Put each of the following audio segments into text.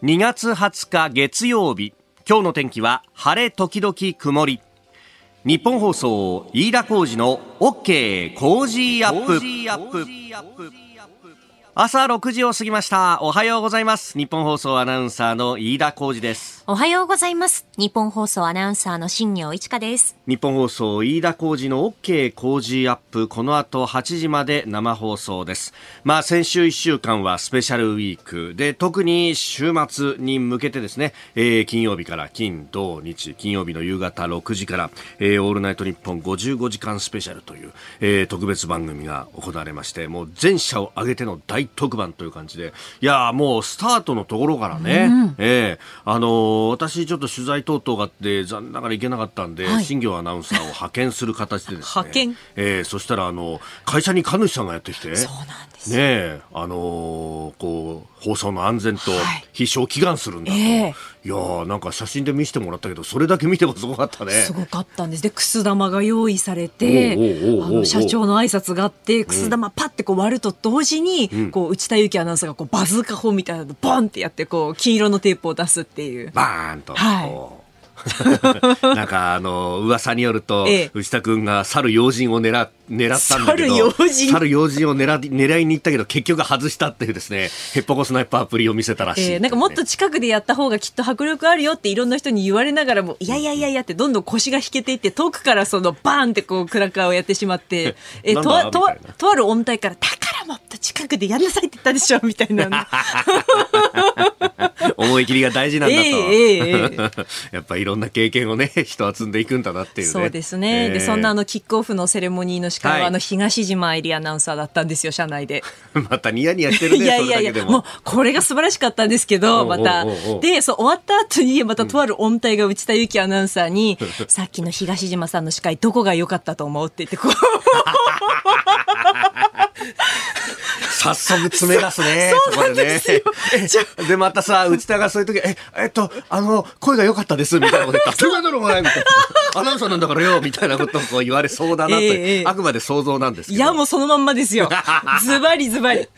2月20日月曜日、今日の天気は晴れ時々曇り。日本放送飯田浩司の OK コージーアップ。朝6時を過ぎました。おはようございます。日本放送アナウンサーの飯田浩司です。 おはようございます。日本放送アナウンサーの新業一華です。 日本放送飯田浩司の OK コージーアップ、この後8時まで生放送です。先週1週間はスペシャルウィークで、特に週末に向けてですね、金曜日から金土日、金曜日の夕方6時から、オールナイトニッポン55時間スペシャルという、特別番組が行われまして、もう全社を挙げての大特番という感じで、いやもうスタートのところからね、私ちょっと取材等々があって残念ながら行けなかったんで、新業アナウンサーを派遣する形でですね派遣、 そしたら会社に神主さんがやってきて、 そうなんですね、 こう放送の安全と必勝を祈願するんだと、いやなんか写真で見せてもらったけど、それだけ見てもすごかったね。 すごかったんです。で、くす玉が用意されて、社長の挨拶があって、くす玉パッてこう割ると同時に、こう内田有紀アナウンサーがこうバズーカ砲みたいなのボンってやって、こう金色のテープを出すっていう、 バーンと、なんか噂によると、内田君が去る要人を狙ったんだけど、去る要人を狙いに行ったけど結局外したっていうですね、ヘッポコスナイパープリを見せたらしい、 なんかもっと近くでやった方がきっと迫力あるよっていろんな人に言われながらも、いやいやいやいやってどんどん腰が引けていって、遠くからそのバーンってこうクラッカーをやってしまってとある音体から、だからもっと近くでやんなさいって言ったでしょみたいな思い切りが大事なんだと、やっぱいろんな経験をね、人は積んでいくんだなっていうね。 そうですね、でそんなキックオフのセレモニーの司会は、東島えりアナウンサーだったんですよ、社内でまたニヤニヤしてるね。それだけでももうこれが素晴らしかったんですけど、またで終わった後にまたとある音体が内田有紀アナウンサーに、さっきの東島さんの司会どこが良かったと思うって言ってこう早速詰め出すね。 そうなんですよ。 でまたさ、内田がそういう時声が良かったですみたいなこと言ったら、それだろお前みたいな、アナウンサーなんだからよみたいなことをこう言われそうだなと、あくまで想像なんですけど、 いやもうそのまんまですよズバリズバリ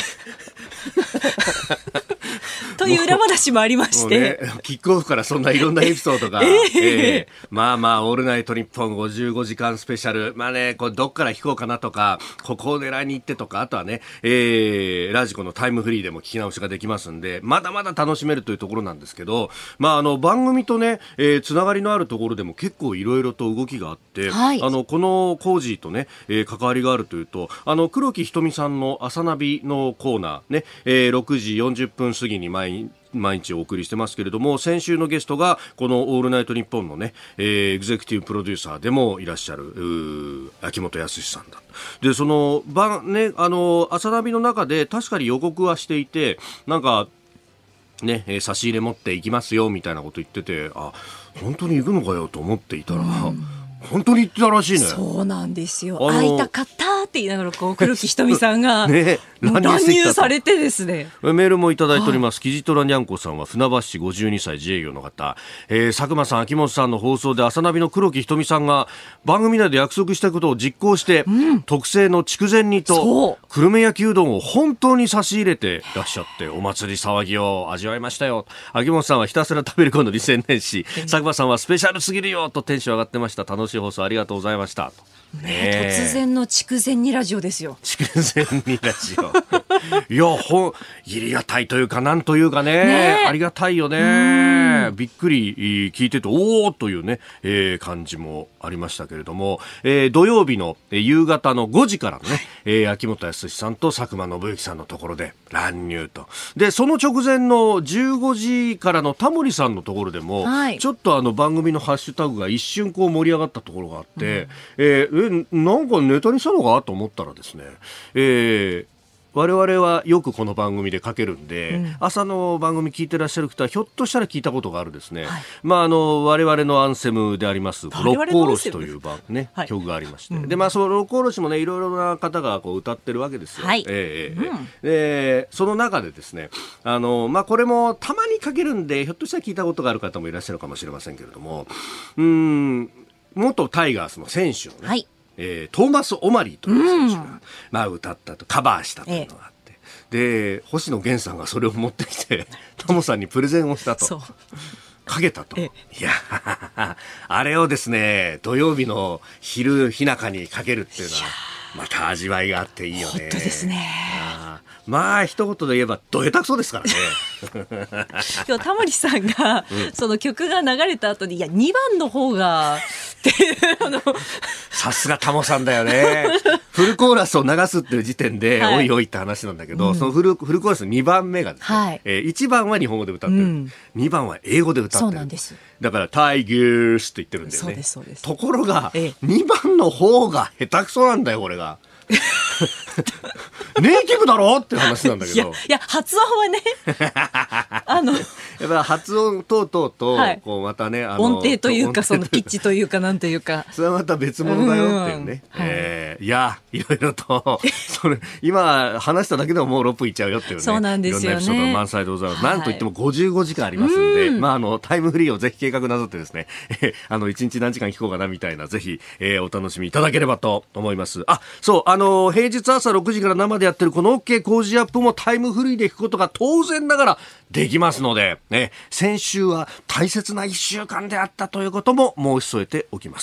という裏話もありまして、 キックオフからそんないろんなエピソードが、まあオールナイトニッポン55時間スペシャル、これどっから聞こうかなとか、ここを狙いに行ってとか、あとはね、ラジコのタイムフリーでも聞き直しができますんで、まだまだ楽しめるというところなんですけど、番組とね、つながりのあるところでも結構いろいろと動きがあって、このコージーとね、関わりがあるというと、黒木ひとみさんの朝ナビのコーナーね、6時40分過ぎに毎日お送りしてますけれども、先週のゲストがこのオールナイトニッポンのね、エグゼクティブプロデューサーでもいらっしゃる秋元康さんだ。でその朝ナビの中で確かに予告はしていて、なんかね、差し入れ持っていきますよみたいなこと言ってて、本当に行くのかよと思っていたら、本当に言ってたらしいね。 そうなんですよ。会いたかったって言いながら黒木ひとみさんが、乱入されてですね。 メールもいただいております。キジトラニャンコさんは船橋市52歳自営業の方、佐久間さん秋元さんの放送で朝ナビの黒木ひとみさんが番組内で約束したことを実行して、特製の筑前煮と久留米焼きうどんを本当に差し入れていらっしゃって、お祭り騒ぎを味わいましたよ。秋元さんはひたすら食べることに専念し、佐久間さんはスペシャルすぎるよとテンション上がってました。楽しい放送ありがとうございました。 突然の筑前煮ラジオですよ。 筑前煮ラジオいや入りがたいというか、なんというかね、ありがたいよね。びっくり聞いてておーというね、感じもありましたけれども、土曜日の夕方の5時からね、秋元康さんと佐久間信之さんのところで乱入と。でその直前の15時からのタモリさんのところでも、ちょっと番組のハッシュタグが一瞬こう盛り上がったところがあって、なんかネタにしたのかと思ったらですね、我々はよくこの番組でかけるんで、朝の番組聞いてらっしゃる方はひょっとしたら聞いたことがあるですね、我々のアンセムであります六甲おろしという曲がありまして、でその六甲おろしもね、いろいろな方がこう歌ってるわけですよ。その中でですね、これもたまにかけるんで、ひょっとしたら聞いたことがある方もいらっしゃるかもしれませんけれども、元タイガースの選手のね、トーマス・オマリーという選手が、歌ったとカバーしたというのがあって、 で星野源さんがそれを持ってきてタモさんにプレゼンをしたと。 そうかけたと。いやあれをですね土曜日の昼日中にかけるっていうのはまた味わいがあっていいよね。 本当ですね。 まあ一言で言えばど下手くそですからね。 今日タモリさんが、その曲が流れた後にいや2番の方がってさすがタモさんだよね。フルコーラスを流すっていう時点で、おいおいって話なんだけど、そのフルコーラス2番目がですね、1番は日本語で歌ってる、2番は英語で歌ってる。 そうなんです。 だからタイガースって言ってるんだよね。 そうですそうです。 ところが、2番の方が下手くそなんだよこれが。ネイティブだろって話なんだけど。 いや発音はねやっぱ発音等々と、こうまたね音程というかそのピッチというかなんというかそれはまた別物だよっていうね。いやいろいろとそれ今話しただけでももう6分いっちゃうよっていうね。 そうなんですよね。 いろんなエピソード満載でございます。なんといっても55時間ありますんで、タイムフリーをぜひ計画なさってですね1日何時間聞こうかなみたいなぜひ、お楽しみいただければと思います。そう平日朝6時から生でやってるこの OK 工事アップもタイムフリーで聞くことが当然ながらできますので、先週は大切な1週間であったということも申し添えておきます。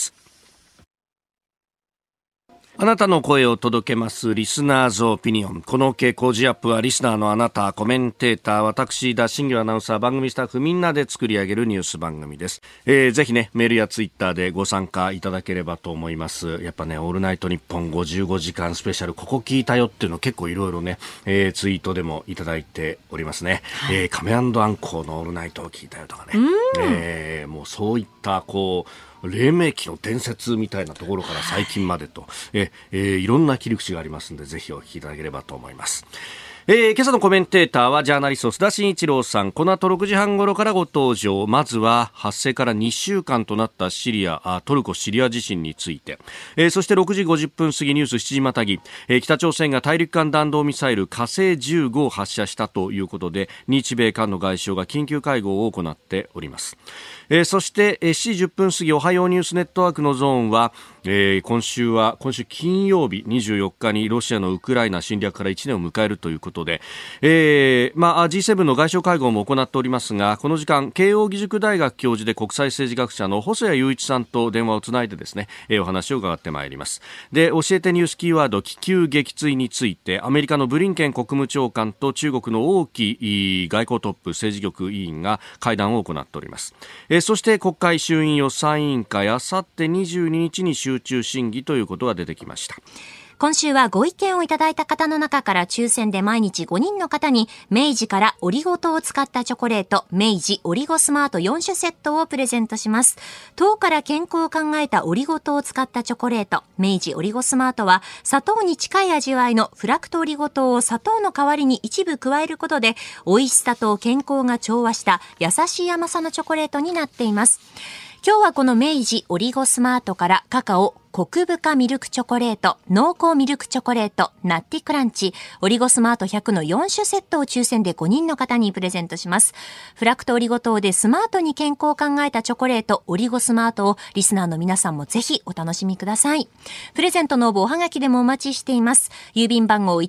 あなたの声を届けますリスナーズオピニオン。この OK 工事アップはリスナーのあなた、コメンテーター、私田新業アナウンサー、番組スタッフみんなで作り上げるニュース番組です。ぜひねメールやツイッターでご参加いただければと思います。やっぱねオールナイトニッポン55時間スペシャルここ聞いたよっていうの結構いろいろね、ツイートでもいただいておりますね。カメ&アンコのオールナイトを聞いたよとかね、もうそういったこう黎明期の伝説みたいなところから最近までと、いろんな切り口がありますのでぜひお聞きいただければと思います。今朝のコメンテーターはジャーナリスト須田慎一郎さん。この後6時半頃からご登場。まずは発生から2週間となったトルコシリア地震について、そして6時50分過ぎニュース7時またぎ、北朝鮮が大陸間弾道ミサイル火星15を発射したということで日米韓の外相が緊急会合を行っております。そして7時10分過ぎおはようニュースネットワークのゾーンは、今週金曜日24日にロシアのウクライナ侵略から1年を迎えるということで、G7 の外相会合も行っておりますが、この時間慶應義塾大学教授で国際政治学者の細谷雄一さんと電話をつないでですね、お話を伺ってまいります。で、教えてニュースキーワード気球撃墜についてアメリカのブリンケン国務長官と中国の王毅外交トップ政治局委員が会談を行っております。そして国会衆院予算委員会あさって22日に集中審議ということが出てきました。 今週はご意見をいただいた方の中から抽選で毎日5人の方に明治からオリゴ糖を使ったチョコレート明治オリゴスマート4種セットをプレゼントします。糖から健康を考えたオリゴ糖を使ったチョコレート明治オリゴスマートは砂糖に近い味わいのフラクトオリゴ糖を砂糖の代わりに一部加えることで美味しさと健康が調和した優しい甘さのチョコレートになっています。今日はこの明治オリゴスマートからカカオ、コク深ミルクチョコレート、濃厚ミルクチョコレート、ナッティクランチ、オリゴスマート100の4種セットを抽選で5人の方にプレゼントします。フラクトオリゴ糖でスマートに健康を考えたチョコレート、オリゴスマートをリスナーの皆さんもぜひお楽しみください。プレゼントの応募おはがきでもお待ちしています。郵便番号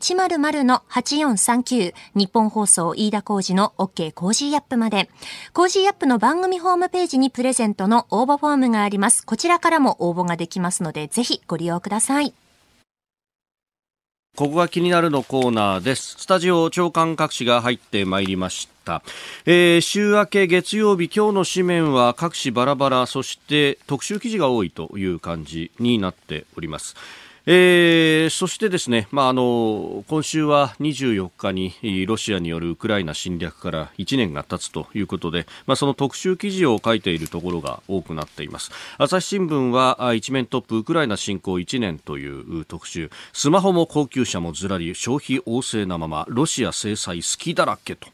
100-8439 日本放送飯田浩司の OK コージーアップまで。コージーアップの番組ホームページにプレゼントの応募フォームがあります。こちらからも応募ができますのでぜひご利用ください。 ここが気になるのコーナーです。スタジオ長官各紙が入ってまいりました。週明け月曜日今日の紙面は各紙バラバラ、そして特集記事が多いという感じになっております。そしてですね、今週は24日にロシアによるウクライナ侵略から1年が経つということで、その特集記事を書いているところが多くなっています。朝日新聞は一面トップウクライナ侵攻1年という特集、スマホも高級車もずらり消費旺盛なままロシア制裁好きだらけと、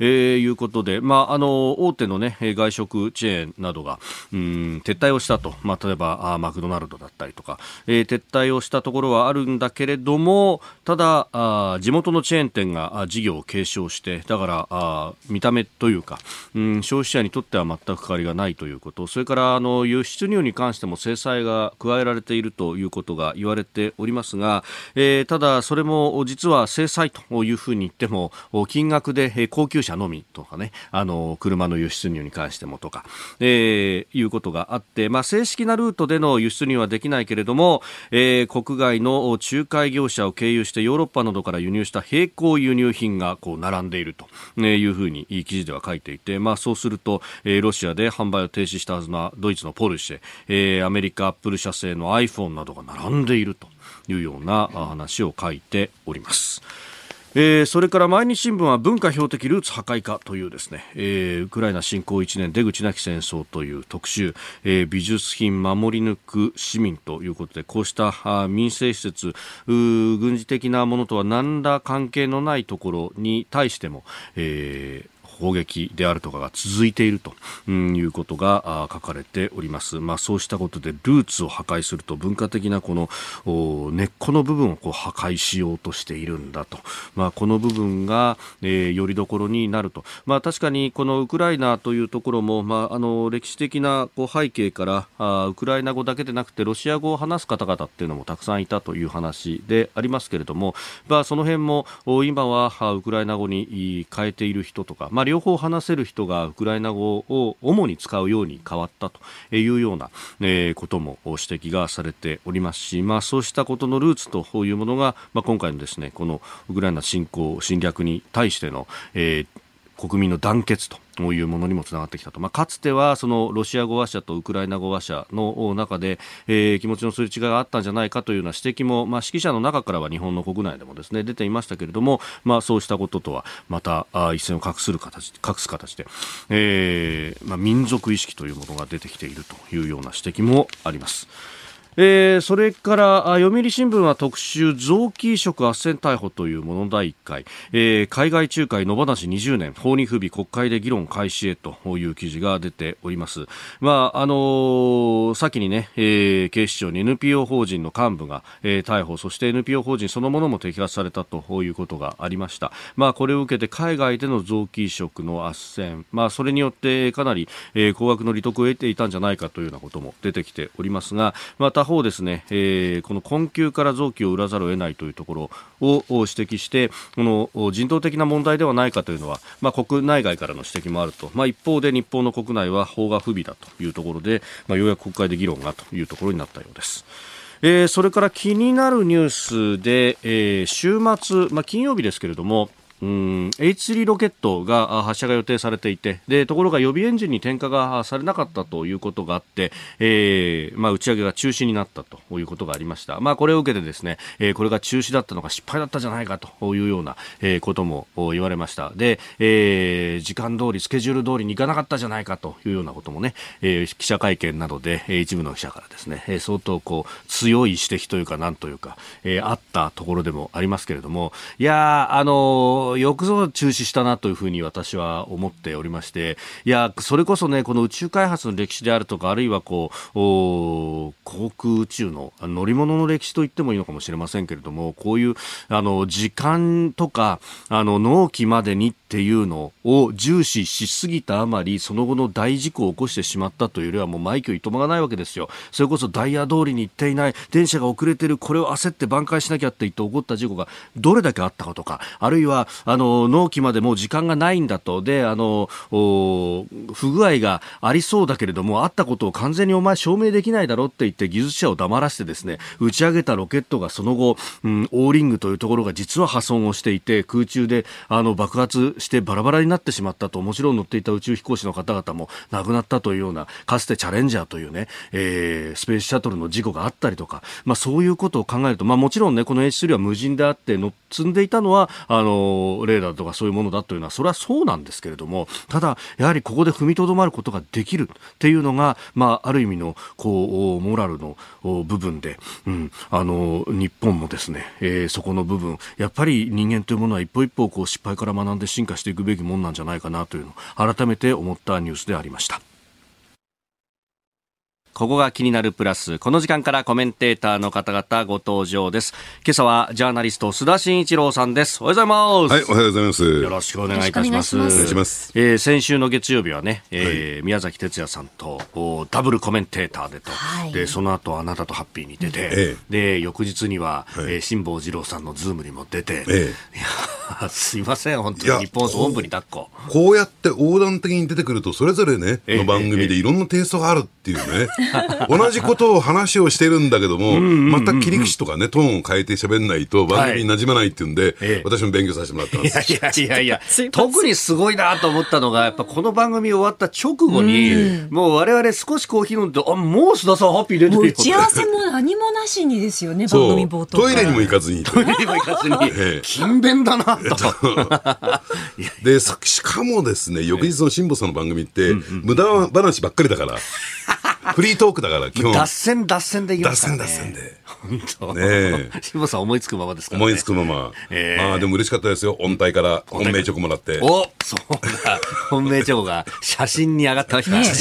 いうことで、大手の、ね、外食チェーンなどが撤退をしたと、例えばマクドナルドだったりとか、撤退をしたところはあるんだけれども、ただ地元のチェーン店が事業を継承して、だから見た目というか、消費者にとっては全く変わりがないということ、それから輸出入に関しても制裁が加えられているということが言われておりますが、ただそれも実は制裁というふうに言っても金額で高級車のみとかね、車の輸出入に関してもとか、いうことがあって、正式なルートでの輸出入はできないけれども、国外の仲介業者を経由してヨーロッパなどから輸入した並行輸入品がこう並んでいるというふうに記事では書いていて、そうすると、ロシアで販売を停止したはずのドイツのポルシェ、アメリカアップル社製の iPhone などが並んでいるというような話を書いております。それから毎日新聞は文化標的ルーツ破壊かというですね、ウクライナ侵攻1年出口なき戦争という特集、美術品守り抜く市民ということで、こうした民生施設、軍事的なものとは何ら関係のないところに対しても、砲撃であるとかが続いているということが書かれております。そうしたことでルーツを破壊すると、文化的なこの根っこの部分をこう破壊しようとしているんだと、この部分が、よりどころになると。確かにこのウクライナというところも、歴史的なこう背景からウクライナ語だけでなくてロシア語を話す方々っていうのもたくさんいたという話でありますけれども、その辺も今はウクライナ語に変えている人とか、両方話せる人がウクライナ語を主に使うように変わったというような、ことも指摘がされておりますし、そうしたことのルーツというものが、今回のですね、このウクライナ侵略に対しての、国民の団結というものにもつながってきたと。かつてはそのロシア語話者とウクライナ語話者の中で、気持ちのすれ違いがあったんじゃないかというような指摘も、指揮者の中からは日本の国内でもですね出ていましたけれども、そうしたこととはまた一線を画す形で、民族意識というものが出てきているというような指摘もあります。それから読売新聞は特集、臓器移植斡旋逮捕というもの第1回、海外仲介野放し20年法に不備国会で議論開始へという記事が出ております。先にね、警視庁に NPO 法人の幹部が、逮捕、そして NPO 法人そのものも摘発されたということがありました。これを受けて海外での臓器移植の斡旋、それによってかなり、高額の利得を得ていたんじゃないかというようなことも出てきておりますが、他方ですね、この困窮から臓器を売らざるを得ないというところを指摘して、この人道的な問題ではないかというのは、国内外からの指摘もあると。一方で日本の国内は法が不備だというところで、ようやく国会で議論がというところになったようです。それから気になるニュースで、週末、金曜日ですけれども、H3 ロケットが発射が予定されていて、ところが予備エンジンに点火がされなかったということがあって、打ち上げが中止になったということがありました。これを受けてですね、これが中止だったのが失敗だったじゃないかというような、ことも言われました。で、時間通りスケジュール通りにいかなかったじゃないかというようなこともね、記者会見などで一部の記者からですね、相当こう強い指摘というかなんというか、あったところでもありますけれども、いやよくぞ中止したなというふうに私は思っておりまして、それこそね、この宇宙開発の歴史であるとか、あるいは航空宇宙の乗り物の歴史と言ってもいいのかもしれませんけれども、こういう時間とか納期までにっていうのを重視しすぎたあまり、その後の大事故を起こしてしまったというよりはもう枚挙いとまがないわけですよ。それこそダイヤ通りに行っていない、電車が遅れている、これを焦って挽回しなきゃって言って起こった事故がどれだけあったかとか、あるいは納期までもう時間がないんだと、で不具合がありそうだけれどもあったことを完全にお前証明できないだろって言って技術者を黙らせてですね、打ち上げたロケットがその後、オーリングというところが実は破損をしていて、空中で爆発してバラバラになってしまったと。もちろん乗っていた宇宙飛行士の方々も亡くなったというような、かつてチャレンジャーというね、スペースシャトルの事故があったりとか、そういうことを考えると、もちろんね、この H3 は無人であって積んでいたのはレーダーとかそういうものだというのはそれはそうなんですけれども、ただやはりここで踏みとどまることができるっていうのが、ある意味のモラルの部分で、日本もですね、そこの部分やっぱり人間というものは一歩一歩失敗から学んで進化していくべきものなんじゃないかなというのを改めて思ったニュースでありました。ここが気になるプラス。この時間からコメンテーターの方々ご登場です。今朝はジャーナリスト須田慎一郎さんです。おはようございます。 はい、おはようございます。 よろしくお願いいたします。 お願いします。 先週の月曜日はね、宮崎哲也さんとダブルコメンテーターでと、でその後あなたとハッピーに出て、で翌日には、辛坊治郎さんのズームにも出て、いやすいません本当に日本本部に抱っこ。 こうやって横断的に出てくるとそれぞれね、の番組でいろんなテイストがあるっていうね、同じことを話をしてるんだけども、また切り口とかねトーンを変えて喋んないと番組に馴染まないっていうんで、私も勉強させてもらってます。 いや特にすごいなと思ったのがやっぱこの番組終わった直後に、もう我々少しコーヒー飲んでもう須田さんハッピー出てるよ打ち合わせも何もなしにですよね、番組冒頭トイレにも行かずに勤勉だなとでしかもですね、翌日の辛坊さんの番組って無駄話ばっかりだからフリートークだから基本脱線で言いますからね。 脱線で本当ね。 辛坊さん思いつくままですからね。 思いつくまま。でも嬉しかったですよ。音体から本命チョコもらって。 お、そうだ。本命チョコが写真に上がってましたね。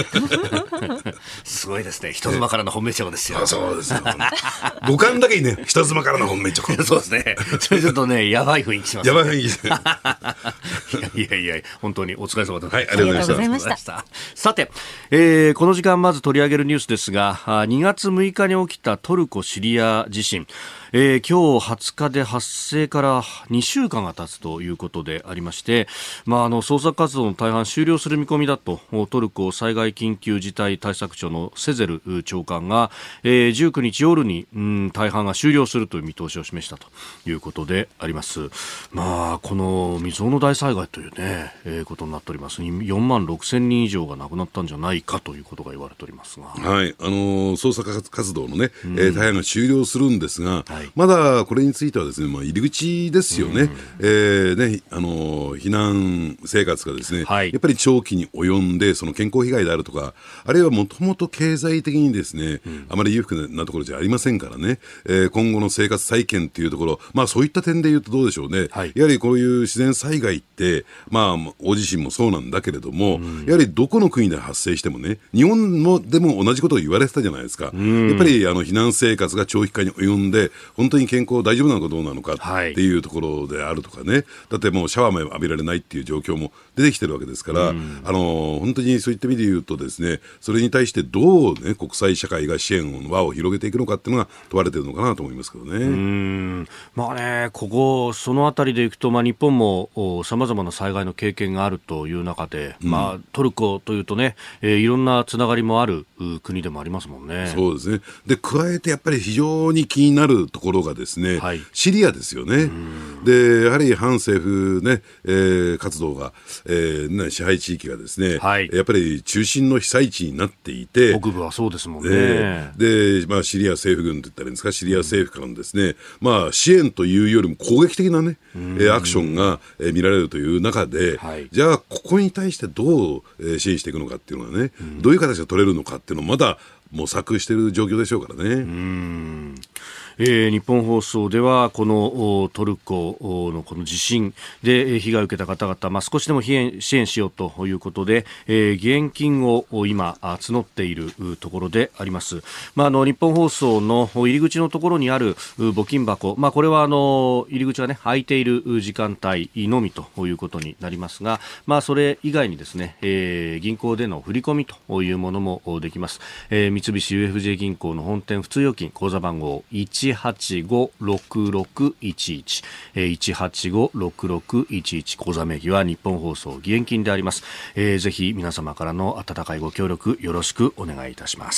すごいですね。人妻からの本命チョコですよ。 そうですよ。五感だけにね、人妻からの本命チョコ。 そうですね。それちょっとね、やばい雰囲気します、ね。 やばい雰囲気。 いや、本当にお疲れ様です。 はい、ありがとうございました。 さて、この時間まず取り上げるニュースですが、2月6日に起きたトルコ・シリア地震。今日20日で発生から2週間が経つということでありまして、捜索活動の大半終了する見込みだとトルコ災害緊急事態対策庁のセゼル長官が、19日夜に大半が終了するという見通しを示したということであります。この未曾有の大災害というね、ことになっております。4万6千人以上が亡くなったんじゃないかということが言われておりますが、 はい、捜索活動のね、大半が終了するんですが、まだこれについてはですね、入り口ですよね。避難生活がですね、やっぱり長期に及んでその健康被害であるとか、あるいはもともと経済的にですね、あまり裕福なところじゃありませんからね、今後の生活再建というところ、そういった点で言うとどうでしょうね。やはりこういう自然災害って、大地震もそうなんだけれども、やはりどこの国で発生してもね、日本でも同じことを言われてたじゃないですか。やっぱり避難生活が長期化に及んで本当に健康大丈夫なのかどうなのかっていうところであるとかね、だってもうシャワーも浴びられないっていう状況も出てきてるわけですから、本当にそういった意味で言うとですね、それに対してどうね、国際社会が支援の輪を広げていくのかっていうのが問われているのかなと思いますけどね。 ここそのあたりでいくと、日本もさまざまな災害の経験があるという中で、トルコというとね、いろんなつながりもある国でもありますもんね。 そうですね。で加えてやっぱり非常に気になるところがですね、シリアですよね。でやはり反政府ね、活動が、支配地域がですね、やっぱり中心の被災地になっていて、 北部はそうですもんね。 でシリア政府軍といったらいいんですか、シリア政府からのですね、支援というよりも攻撃的なね、アクションが、見られるという中で、じゃあここに対してどう、支援していくのかっていうのはね、どういう形が取れるのかっていうのをまだ模索している状況でしょうからね。 日本放送ではこのトルコのこの地震で被害を受けた方々、少しでも支援しようということで、義援金を今募っているところであります。日本放送の入り口のところにある募金箱、これは入り口がね空いている時間帯のみということになりますが、それ以外にですね、銀行での振り込みというものもできます。三菱 UFJ 銀行の本店普通預金口座番号1856611 1856611、口座名義は日本放送義援金であります。ぜひ皆様からの温かいご協力よろしくお願いいたします。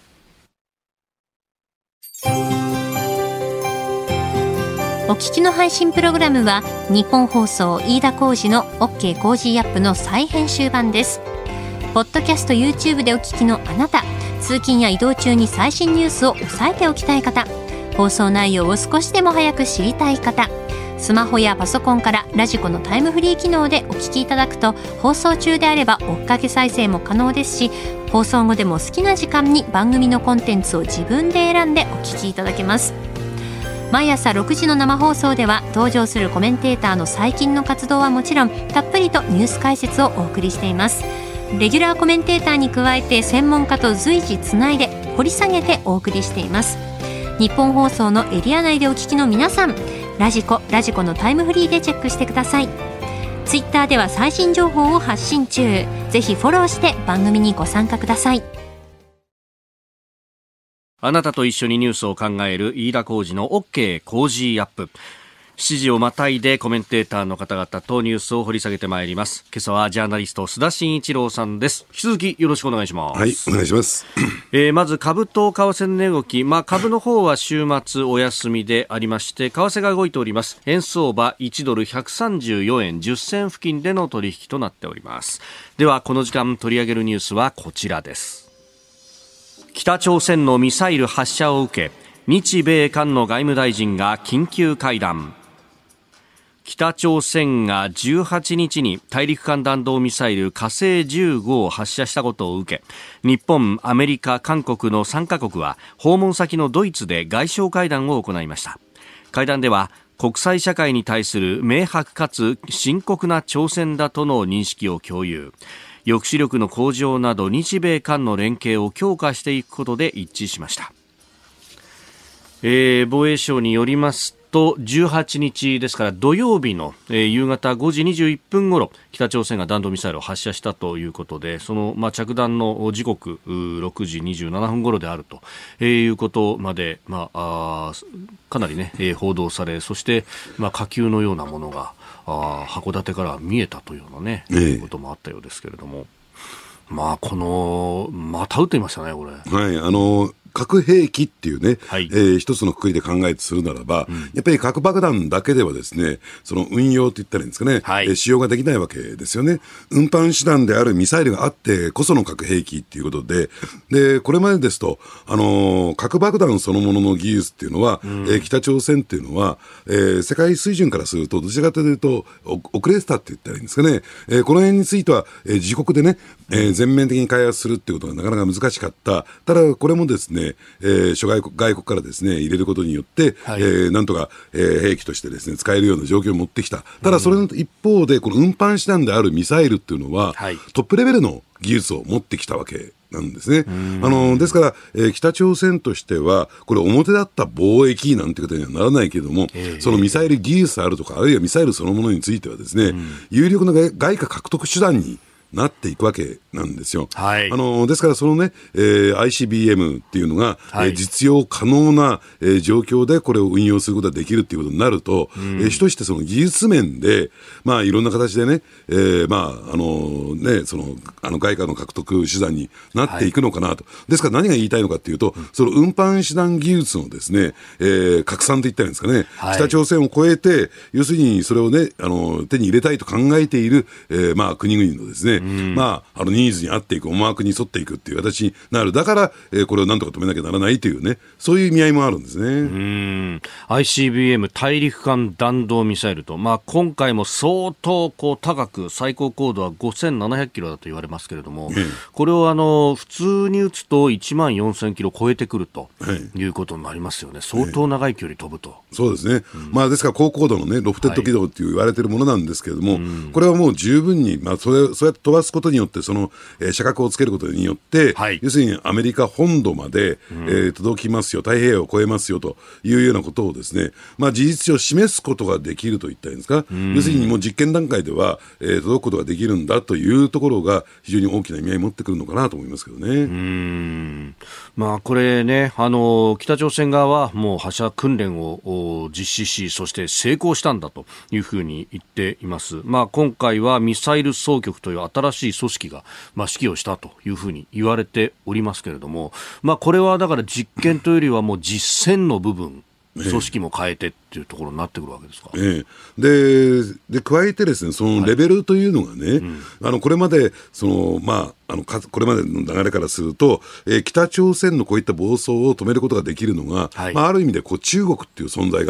お聞きの配信プログラムは日本放送飯田浩司の OK コージーアップの再編集版です。ポッドキャスト YouTube でお聞きのあなた、通勤や移動中に最新ニュースを押さえておきたい方、放送内容を少しでも早く知りたい方、 スマホやパソコンからラジコのタイムフリー機能でお聞きいただくと、放送中であれば追っかけ再生も可能ですし、放送後でも好きな時間に番組のコンテンツを自分で選んでお聞きいただけます。毎朝6時の生放送では登場するコメンテーターの最近の活動はもちろん、たっぷりとニュース解説をお送りしています。レギュラーコメンテーターに加えて専門家と随時つないで掘り下げてお送りしています。日本放送のエリア内でお聞きの皆さん、ラジコのタイムフリーでチェックしてください。ツイッターでは最新情報を発信中。ぜひフォローして番組にご参加ください。 あなたと一緒にニュースを考える飯田浩司の OK 工事アップ。7時をまたいでコメンテーターの方々とニュースを掘り下げてまいります。今朝はジャーナリスト須田慎一郎さんです。引き続きよろしくお願いします。 はい、お願いします。 まず株と為替の値動き、株の方は週末お休みでありまして、為替が動いております。円相場1ドル134円10銭付近での取引となっております。ではこの時間取り上げるニュースはこちらです。北朝鮮のミサイル発射を受け、日米韓の外務大臣が緊急会談。北朝鮮が18日に大陸間弾道ミサイル火星15を発射したことを受け、日本、アメリカ、韓国の3カ国は訪問先のドイツで外相会談を行いました。会談では国際社会に対する明白かつ深刻な挑戦だとの認識を共有、抑止力の向上など日米韓の連携を強化していくことで一致しました。防衛省によりますと、18日ですから土曜日の、夕方5時21分ごろ、北朝鮮が弾道ミサイルを発射したということで、その、着弾の時刻6時27分ごろであるということまで、かなりね、報道され、そして、火球のようなものが函館から見えたというようなね、こともあったようですけれども、このまた撃っていましたね、これ。 はい、核兵器っていうね、一つの括りで考えてするならば、やっぱり核爆弾だけではですね、その運用といったらいいんですかね、使用ができないわけですよね。運搬手段であるミサイルがあってこその核兵器っていうことで、これまでですと、核爆弾そのものの技術っていうのは、北朝鮮っていうのは、世界水準からするとどちらかというと遅れてたって言ったらいいんですかね。この辺については、自国でね、全面的に開発するっていうことがなかなか難しかった。ただこれもですね、諸外国からですね入れることによって、なんとか、兵器としてですね使えるような状況を持ってきた。ただそれの一方でこの運搬手段であるミサイルっていうのは、トップレベルの技術を持ってきたわけなんですね。ですから、北朝鮮としてはこれ表だった貿易なんてことにはならないけれども、そのミサイル技術あるとかあるいはミサイルそのものについてはですね、有力な外貨獲得手段になっていくわけなんですよ。ですからそのね、ICBM っていうのが、実用可能な、状況でこれを運用することができるっていうことになると、主としてその技術面で、いろんな形でね、その外貨の獲得手段になっていくのかなと。ですから何が言いたいのかっていうと、その運搬手段技術のですね、拡散といったらいいんですかね、北朝鮮を超えて、要するにそれをね、手に入れたいと考えている、国々のですね、ニーズに合っていく、思惑に沿っていくっていう形になる。だから、これをなんとか止めなきゃならないというね、そういう意味合いもあるんですね。 ICBM 大陸間弾道ミサイルと、今回も相当高く、最高高度は5700キロだと言われますけれども、これを普通に撃つと1万4000キロ超えてくるということになりますよね。相当長い距離飛ぶと。 そうですね。ですから高高度のね、ロフテッド軌道って言われているものなんですけれども、これはもう十分に、そうやって飛ばすことによって、その、射角をつけることによって、要するにアメリカ本土まで、届きますよ、太平洋を越えますよというようなことをですね、事実上示すことができるといったらいいんですか。要するにもう実験段階では、届くことができるんだというところが非常に大きな意味合いを持ってくるのかなと思いますけどね。 これね、北朝鮮側はもう発射訓練を実施し、そして成功したんだというふうに言っています。今回はミサイル総局という新しい組織が、指揮をしたというふうに言われておりますけれども、これはだから実験というよりはもう実践の部分、組織も変えてっていうところになってくるわけですか。 で加えてですね、そのレベルというのがね、これまでそのこれまでの流れからすると、北朝鮮のこういった暴走を止めることができるのが、ある意味で中国っていう存在が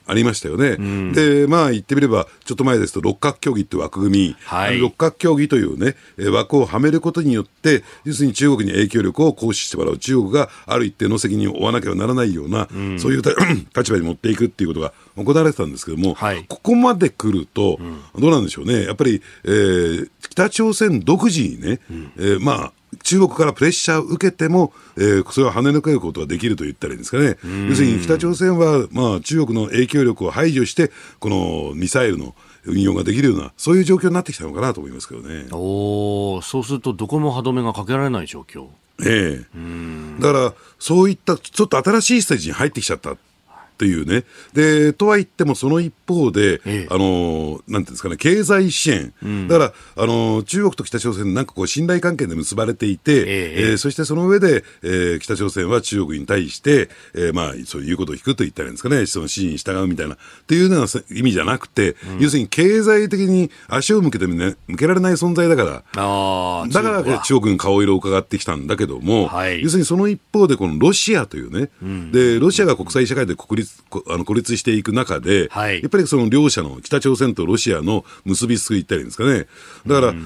ありましたよね。で、まあ言ってみれば、ちょっと前ですと六角協議って枠組み、六角協議というね、枠をはめることによって、要するに中国に影響力を行使してもらう、中国がある一定の責任を負わなければならないような、そういう立場に持っていくっていうことが行われてたんですけども、ここまで来ると、どうなんでしょうね。やっぱり、北朝鮮独自にね、まあ、中国からプレッシャーを受けても、それを跳ね抜けることができると言ったらいいんですかね。要するに北朝鮮は、まあ、中国の影響力を排除して、このミサイルの運用ができるような、そういう状況になってきたのかなと思いますけどね。 そうすると、どこも歯止めがかけられない状況。 だから、そういったちょっと新しいステージに入ってきちゃった。というね。で、とは言ってもその一方で、なんていうんですかね、経済支援。だから、中国と北朝鮮なんかこう信頼関係で結ばれていて、そしてその上で、北朝鮮は中国に対して、まあ、そういうことを聞くと言ったらいいんですかね、その指示に従うみたいな、っていうような意味じゃなくて、要するに経済的に足を向けてもね、向けられない存在だから、だから中国に顔色を伺ってきたんだけども、要するにその一方で、このロシアというね、で、ロシアが国際社会で孤立していく中で、やっぱりその両者の北朝鮮とロシアの結びつきといったらいいんですかね。だから、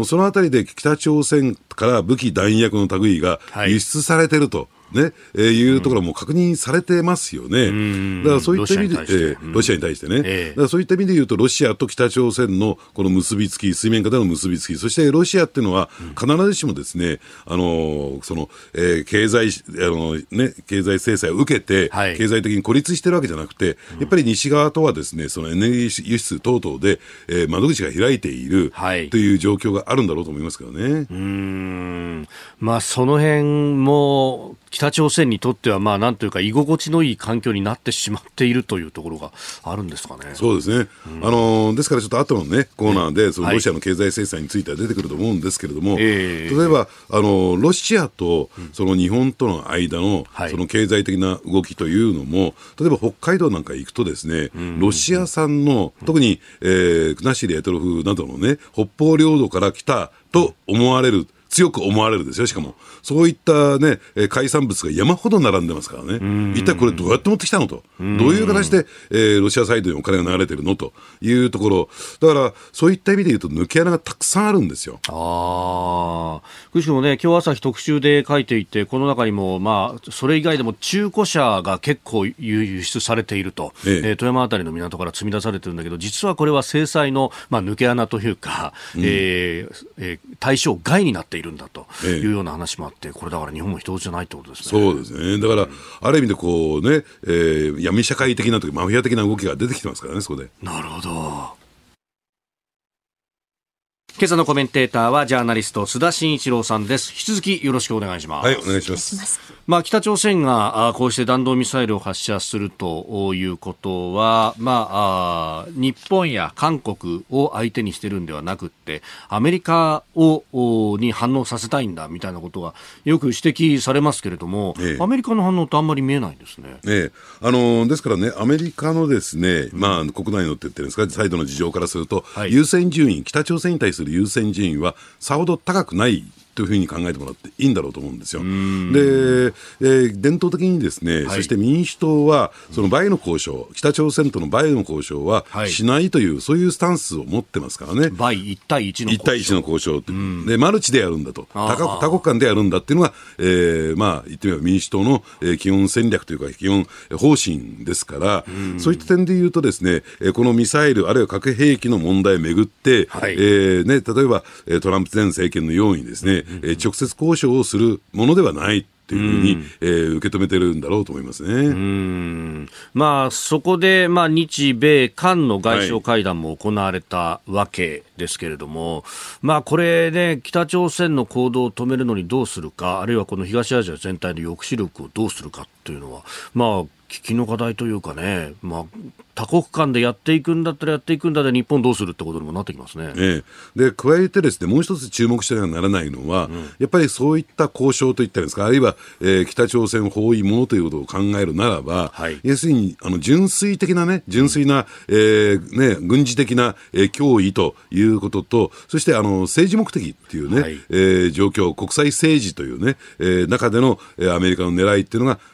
そのあたりで北朝鮮から武器弾薬の類が輸出されてると。ね、いうところも確認されてますよね。だからそういった意味で、ロシアに対してね、だからそういった意味で言うと、ロシアと北朝鮮のこの結びつき、水面下での結びつき、そしてロシアっていうのは、必ずしもですね、その、経済制裁を受けて、経済的に孤立してるわけじゃなくて、やっぱり西側とはですね、そのエネルギー輸出等々で、窓口が開いているという状況があるんだろうと思いますけどね。 まあ、その辺も、北朝鮮にとっては、まあ、なんというか、居心地のいい環境になってしまっているというところがあるんですかね。 そうですね。ですから、ちょっと後のね、コーナーで、そのロシアの経済制裁については出てくると思うんですけれども、例えば、ロシアと、その日本との間の、その経済的な動きというのも、例えば北海道なんか行くとですね、ロシア産の、特に、国後択捉などのね、北方領土から来たと思われる、強く思われるですよ。しかもそういったね、海産物が山ほど並んでますからね。一体これどうやって持ってきたのと、どういう形で、ロシアサイドにお金が流れてるのというところだから、そういった意味で言うと抜け穴がたくさんあるんですよ。 くしくもね、今日朝日特集で書いていて、この中にもまあそれ以外でも中古車が結構輸出されていると、富山あたりの港から積み出されてるんだけど、実はこれは制裁の、まあ、抜け穴というか、対象外になっているんだというような話もあって、これだから日本も一つじゃないってことですね。 そうですね。だから、ある意味でこうね、闇社会的なというかマフィア的な動きが出てきてますからね、そこで。 なるほど。今朝のコメンテーターはジャーナリスト須田慎一郎さんです。引き続きよろしくお願いします。 はい、お願いします。 まあ、北朝鮮がこうして弾道ミサイルを発射するということは、まあ、日本や韓国を相手にしてるんではなくってアメリカに反応させたいんだみたいなことがよく指摘されますけれども、アメリカの反応ってあんまり見えないんですね。 ですからね、アメリカのですね、まあ、国内のって言ってるんですか、サイドの事情からすると、優先順位、北朝鮮に対する優先順位はさほど高くないというふうに考えてもらっていいんだろうと思うんですよ。で、伝統的にですね、そして民主党はそのバイの交渉、北朝鮮とのバイの交渉はしないという、そういうスタンスを持ってますからね。 バイ1対1の交渉、1 対1の交渉ってでマルチでやるんだと、多国間でやるんだっていうのが、まあ言ってみれば民主党の、基本戦略というか基本方針ですから、そういった点で言うとですね、このミサイルあるいは核兵器の問題をめぐって、例えばトランプ前政権のようにですね、直接交渉をするものではないというふうに、受け止めてるんだろうと思いますね。 まあ、そこで、まあ、日米韓の外相会談も行われたわけですけれども、まあ、これね、北朝鮮の行動を止めるのにどうするか、あるいはこの東アジア全体の抑止力をどうするかというのは、まあ喫緊の課題というかね、まあ、多国間でやっていくんだったらやっていくんだで日本どうするってことにもなってきますね。 で加えてですね、もう一つ注目してはならないのは、やっぱりそういった交渉といったんですか、あるいは、北朝鮮包囲網ということを考えるならば、要するに純粋な、軍事的な、脅威ということと、そして政治目的っていうね、状況、国際政治というね、中での、アメリカの狙いっていうのが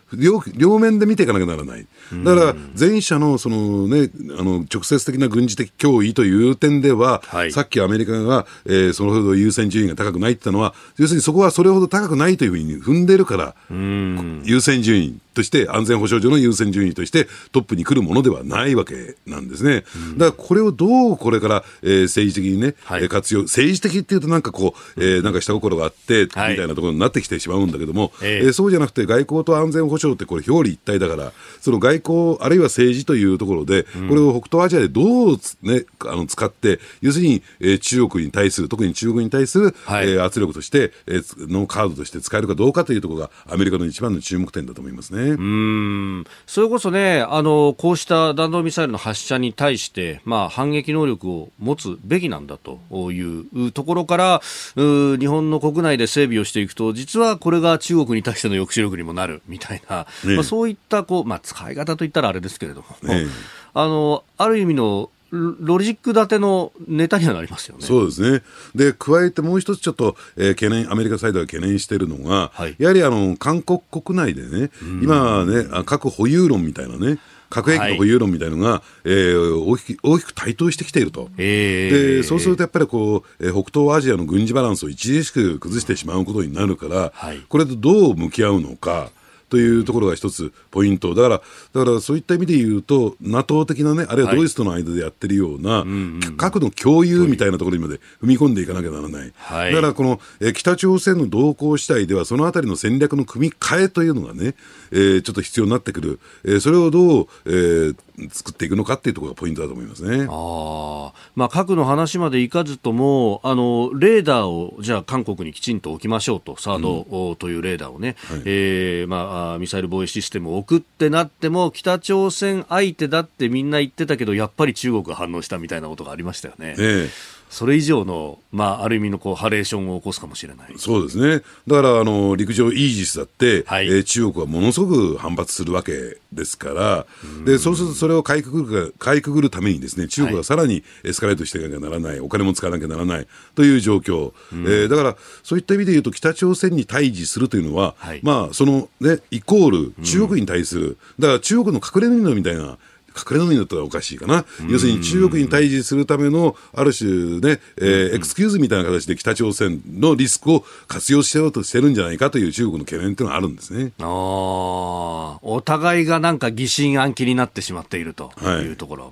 両面で見ていかなきゃならない。だから前者のそのね、直接的な軍事的脅威という点では、さっきアメリカが、それほど優先順位が高くないって言ったのは、要するにそこはそれほど高くないというふうに踏んでるから、優先順位として安全保障上の優先順位としてトップに来るものではないわけなんですね。だからこれをどうこれから、政治的にね、活用、政治的っていうとなんかこう、なんか下心があってみたいなところになってきてしまうんだけども、そうじゃなくて外交と安全保障ってこれ表裏一体だから、その外交あるいは政治というところで、これを北東アジアでどう、ね、使って、要するに、中国に対する、特に中国に対する、圧力として、のカードとして使えるかどうかというところがアメリカの一番の注目点だと思いますね。 それこそね、こうした弾道ミサイルの発射に対して、反撃能力を持つべきなんだというところから、日本の国内で整備をしていくと、実はこれが中国に対しての抑止力にもなるみたいな、そういった使い方といったらあれですけれども、ある意味のロジック立てのネタにはなりますよね。 そうですね。で、加えてもう一つちょっと、アメリカサイドが懸念しているのが、やはり韓国国内でね、今ね、核保有論みたいなね、核兵器の保有論みたいなのが、大きく台頭してきていると。で、そうするとやっぱりこう、北東アジアの軍事バランスを著しく崩してしまうことになるから、これとどう向き合うのか。というところが一つポイントだからそういった意味で言うと NATO 的なね、あるいはドイツとの間でやってるような、核の共有みたいなところにまで踏み込んでいかなきゃならない、だからこの、北朝鮮の動向次第ではそのあたりの戦略の組み替えというのがね、ちょっと必要になってくる、それをどう、作っていくのかっていうところがポイントだと思いますね。 核の話までいかずともレーダーをじゃあ韓国にきちんと置きましょうと、サードというレーダーをね、ミサイル防衛システムを置くってなっても北朝鮮相手だってみんな言ってたけどやっぱり中国が反応したみたいなことがありましたよね。それ以上の、ある意味のハレーションを起こすかもしれない。 そうですね。だから陸上イージスだって、中国はものすごく反発するわけですから、でそうするとそれをかいくぐるためにですね、中国はさらにエスカレートしていかなきゃならない、お金も使わなきゃならないという状況、だからそういった意味で言うと北朝鮮に対峙するというのは、そのねイコール中国に対する、だから中国の隠れ蓑みたいな、隠れ蓑だったらおかしいかな、要するに中国に対峙するためのある種ね、エクスキューズみたいな形で北朝鮮のリスクを活用しようとしてるんじゃないかという中国の懸念というのがあるんですね。 お互いがなんか疑心暗鬼になってしまっているというところ、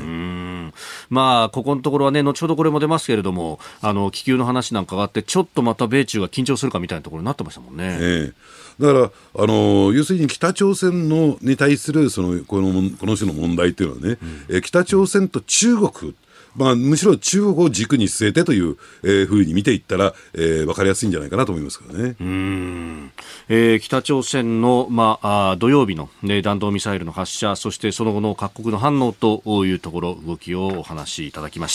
ここのところはね、後ほどこれも出ますけれども、気球の話なんかがあってちょっとまた米中が緊張するかみたいなところになってましたもんね。 だから要するに北朝鮮に対するこの種の問題というのはね、北朝鮮と中国、むしろ中国を軸に据えてという、ふうに見ていったら、分かりやすいんじゃないかなと思いますからね。 北朝鮮の、土曜日の、弾道ミサイルの発射、そしてその後の各国の反応というところ、動きをお話しいただきました。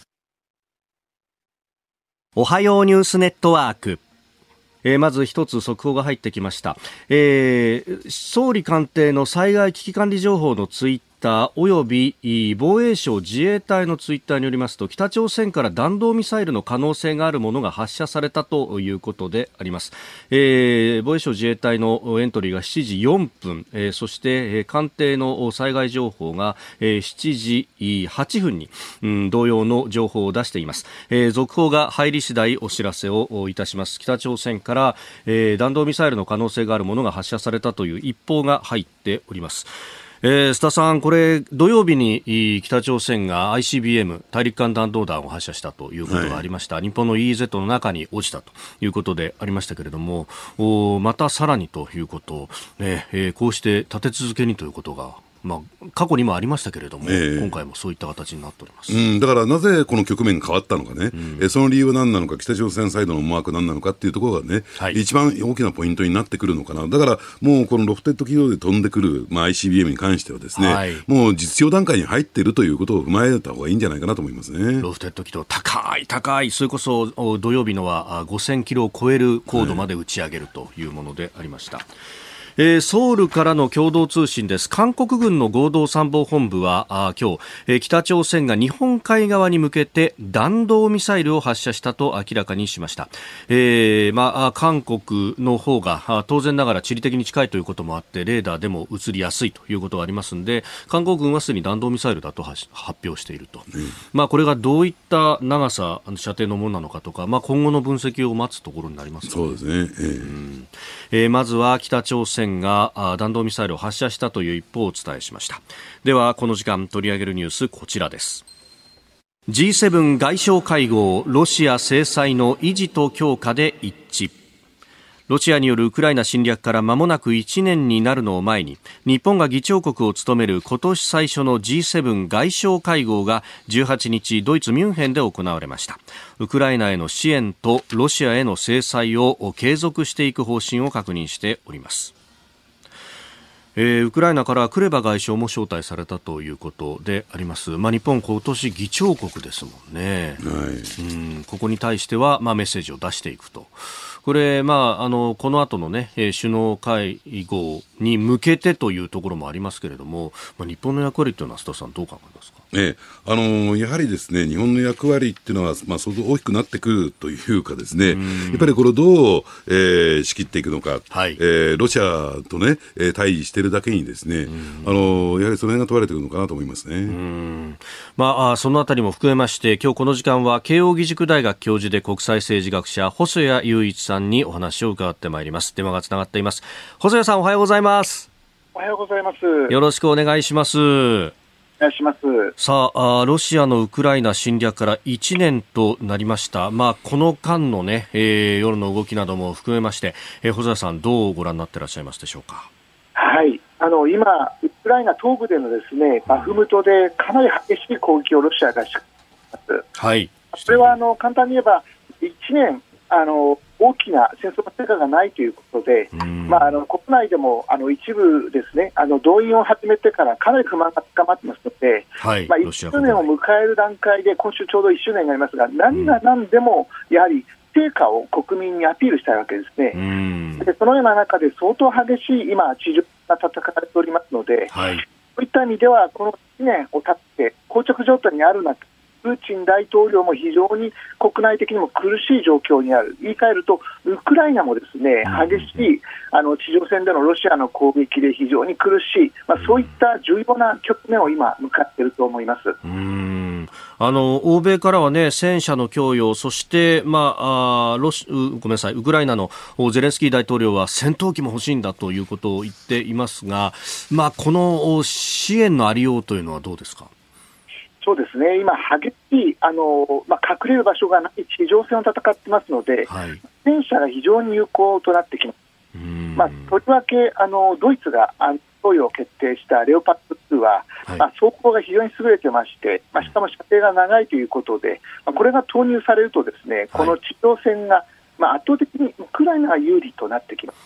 おはようニュースネットワーク。まず一つ速報が入ってきました。総理官邸の災害危機管理情報のツイッターおよび防衛省自衛隊のツイッターによりますと、北朝鮮から弾道ミサイルの可能性があるものが発射されたということであります。防衛省自衛隊のエントリーが7時4分、そして官邸の災害情報が7時8分に、同様の情報を出しています。続報が入り次第お知らせをいたします。北朝鮮から、弾道ミサイルの可能性があるものが発射されたという一報が入っております。須田さん、これ土曜日に北朝鮮が ICBM 大陸間弾道弾を発射したということがありました。日本の EEZ の中に落ちたということでありましたけれども、またさらにということ、こうして立て続けにということが過去にもありましたけれども、今回もそういった形になっております。 だからなぜこの局面が変わったのかね、その理由は何なのか、北朝鮮サイドの思惑は何なのかっていうところがね、一番大きなポイントになってくるのかな。だからもうこのロフテッド軌道で飛んでくる、ICBM に関してはですね、もう実用段階に入っているということを踏まえた方がいいんじゃないかなと思いますね。 ロフテッド軌道高い、それこそ土曜日のは5000キロを超える高度まで打ち上げるというものでありました。 ソウルからの共同通信です。韓国軍の合同参謀本部は今日、北朝鮮が日本海側に向けて弾道ミサイルを発射したと明らかにしました。韓国の方が当然ながら地理的に近いということもあってレーダーでも映りやすいということがありますので、韓国軍はすでに弾道ミサイルだと発表していると、これがどういった長さ射程のものなのかとか、今後の分析を待つところになりますね。 そうですね。まずは北朝鮮が弾道ミサイルを発射したという一報をお伝えしました。ではこの時間取り上げるニュース、こちらです。 G7 外相会合、ロシア制裁の維持と強化で一致。ロシアによるウクライナ侵略から間もなく1年になるのを前に、日本が議長国を務める今年最初の G7 外相会合が18日ドイツミュンヘンで行われました。ウクライナへの支援とロシアへの制裁を継続していく方針を確認しております。ウクライナからクレバ外相も招待されたということであります。日本今年議長国ですもんね、ここに対してはメッセージを出していくと、これ、この後の、首脳会合に向けてというところもありますけれども、日本の役割というのは須田さんどう考えますか。 やはりですね、日本の役割っていうのは、相当大きくなってくるというかですね、やっぱりこれをどう、仕切っていくのか、ロシアとね、対峙しているだけにですね、やはりその辺が問われてくるのかなと思いますね。 そのあたりも含めまして、今日この時間は慶応義塾大学教授で国際政治学者細谷雄一さんにお話を伺ってまいります。電話がつながっています。細谷さん、おはようございます。 おはようございます。 よろしくお願いします。 お願いします。 さあ、ロシアのウクライナ侵略から1年となりました。この間のね、夜の動きなども含めまして、細谷さんどうご覧になっていらっしゃいますでしょうか。 はい、今ウクライナ東部でのですね、バフムトでかなり激しい攻撃をロシアが仕掛けています。はい。それは簡単に言えば1年大きな戦争の成果がないということで、国内でも一部ですね、動員を始めてからかなり不満が高まってますので、1周年を迎える段階で今週ちょうど1周年になりますが、何が何でもやはり成果を国民にアピールしたいわけですね。でそのような中で相当激しい今地上が戦われておりますので、そういった意味ではこの1年を経って膠着状態にある中、プーチン大統領も非常に国内的にも苦しい状況にある。言い換えるとウクライナもですね、激しい地上戦でのロシアの攻撃で非常に苦しい、そういった重要な局面を今向かっていると思います。 欧米からはね、戦車の供与、そしてウクライナのゼレンスキー大統領は戦闘機も欲しいんだということを言っていますが、この支援のありようというのはどうですか。 そうですね、今激しい隠れる場所がない地上戦を戦ってますので、戦車が非常に有効となってきます。とりわけドイツが供与を決定したレオパルト2は、装甲が非常に優れてまして、しかも射程が長いということで、これが投入されるとですね、この地上戦が圧倒的にウクライナが有利となってきます。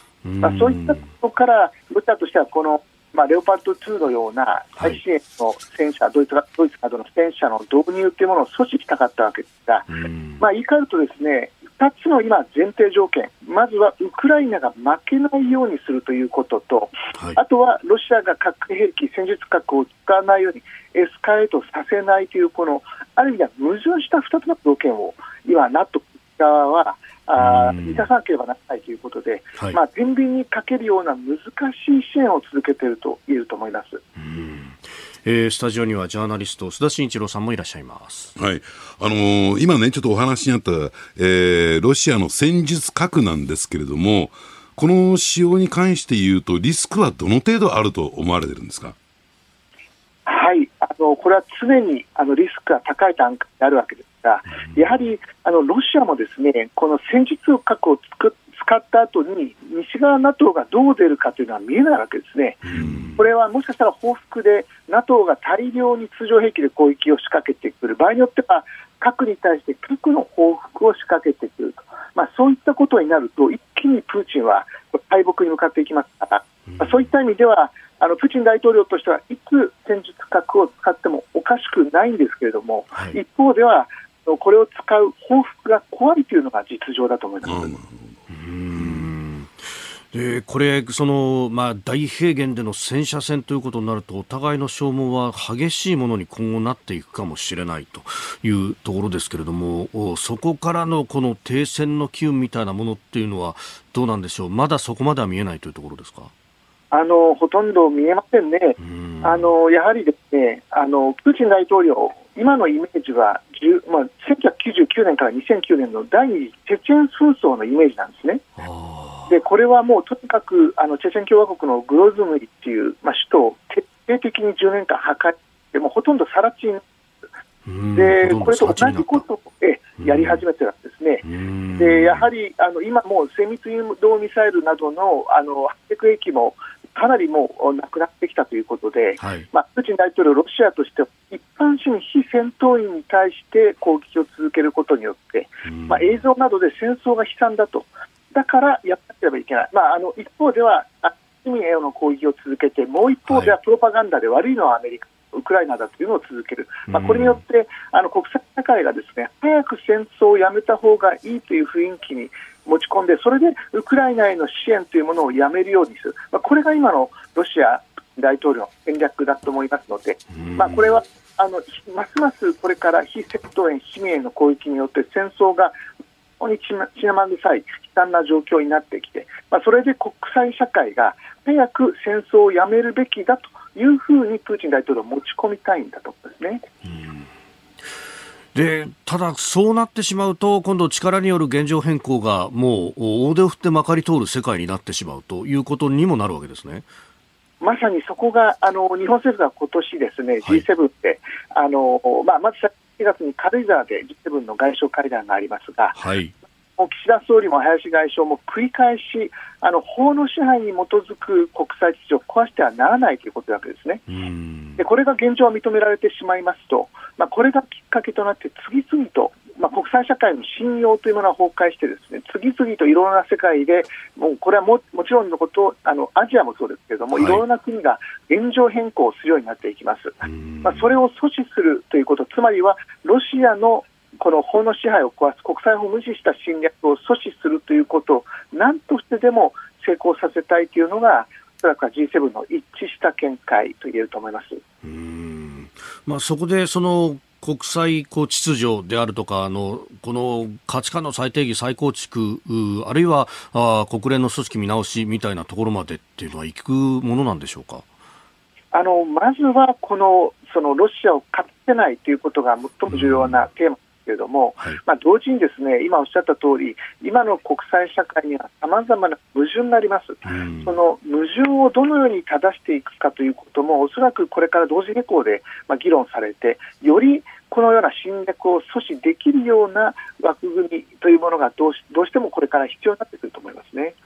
そういったことからロシアとしてはこのレオパルト2のような最新鋭の戦車、ドイツなどの戦車の導入というものを阻止したかったわけですが、言い換えるとですね、2つの今前提条件、まずはウクライナが負けないようにするということと、あとはロシアが核兵器、戦術核を使わないようにエスカレートさせないという、このある意味では矛盾した2つの条件を今 NATO 側は満たさなければならないということで、天秤にかけるような難しい支援を続けていると言えると思います。 スタジオにはジャーナリスト須田慎一郎さんもいらっしゃいます。 今ねちょっとお話にあった、ロシアの戦術核なんですけれども、この使用に関して言うとリスクはどの程度あると思われているんですか。 はい、これは常にリスクが高い段階であるわけですが、やはりロシアもですね、この戦術核を使った後に西側 NATO がどう出るかというのは見えないわけですね。これはもしかしたら報復で NATO が大量に通常兵器で攻撃を仕掛けてくる、場合によっては核に対して核の報復を仕掛けてくると、そういったことになると一気にプーチンは敗北に向かっていきますから、そういった意味ではプーチン大統領としてはいつ戦術核を使ってもおかしくないんですけれども、一方ではこれを使う報復が怖いというのが実情だと思います。 これ大平原での戦車戦ということになるとお互いの消耗は激しいものに今後なっていくかもしれないというところですけれども、そこからのこの停戦の機運みたいなものっていうのはどうなんでしょう。まだそこまでは見えないというところですか。 ほとんど見えませんね。やはりですね、プーチン大統領、今のイメージは、1999年から2009年の第二次チェチェン紛争のイメージなんですね。でこれはもうとにかくチェチェン共和国のグロズムリっていう、首都を徹底的に10年間破壊して、もうほとんど更地で、これと同じことをやり始めてるんですね。でやはり今もう精密誘導ミサイルなどのハイテク兵器もかなりもうなくなってきたということで、プーチン大統領、ロシアとしては一般市民、非戦闘員に対して攻撃を続けることによって、映像などで戦争が悲惨だと、だからやらなければいけない、一方では市民への攻撃を続けて、もう一方ではプロパガンダで悪いのはアメリカ、ウクライナだというのを続ける、これによって国際社会がですね、早く戦争をやめた方がいいという雰囲気に持ち込んで、それでウクライナへの支援というものをやめるようにする、これが今のロシア大統領の戦略だと思いますので、これはますますこれから非戦闘員、市民への攻撃によって戦争が本当に血生臭い悲惨な状況になってきて、それで国際社会が早く戦争をやめるべきだというふうにプーチン大統領を持ち込みたいんだと思うんですね。 でただそうなってしまうと今度力による現状変更がもう大手を振ってまかり通る世界になってしまうということにもなるわけですね。 まさにそこが日本政府が今年ですね、G7 でまず4月に軽井沢で G7 の外相会談がありますが、岸田総理も林外相も繰り返し法の支配に基づく国際秩序を壊してはならないということなわけですね。でこれが現状は認められてしまいますと、これがきっかけとなって次々と、国際社会の信用というものは崩壊してですね、次々といろんな世界でもうこれは もちろんのことアジアもそうですけれども、いろんな国が現状変更をするようになっていきます。それを阻止するということ、つまりはロシアのこの法の支配を壊す、国際法を無視した侵略を阻止するということを何としてでも成功させたいというのが、おそらくは G7 の一致した見解と言えると思います。 そこでその国際秩序であるとかこの価値観の再定義、再構築、あるいは国連の組織見直しみたいなところまでっていうのは行くものなんでしょうか。 まずはそのロシアを勝てないということが最も重要なテーマですけれども、同時にですね、今おっしゃった通り、今の国際社会には様々な矛盾があります。その矛盾をどのように正していくかということもおそらくこれから同時並行で議論されて、よりこのような侵略を阻止できるような枠組みというものがどうしてもこれから必要になってくると思いますね。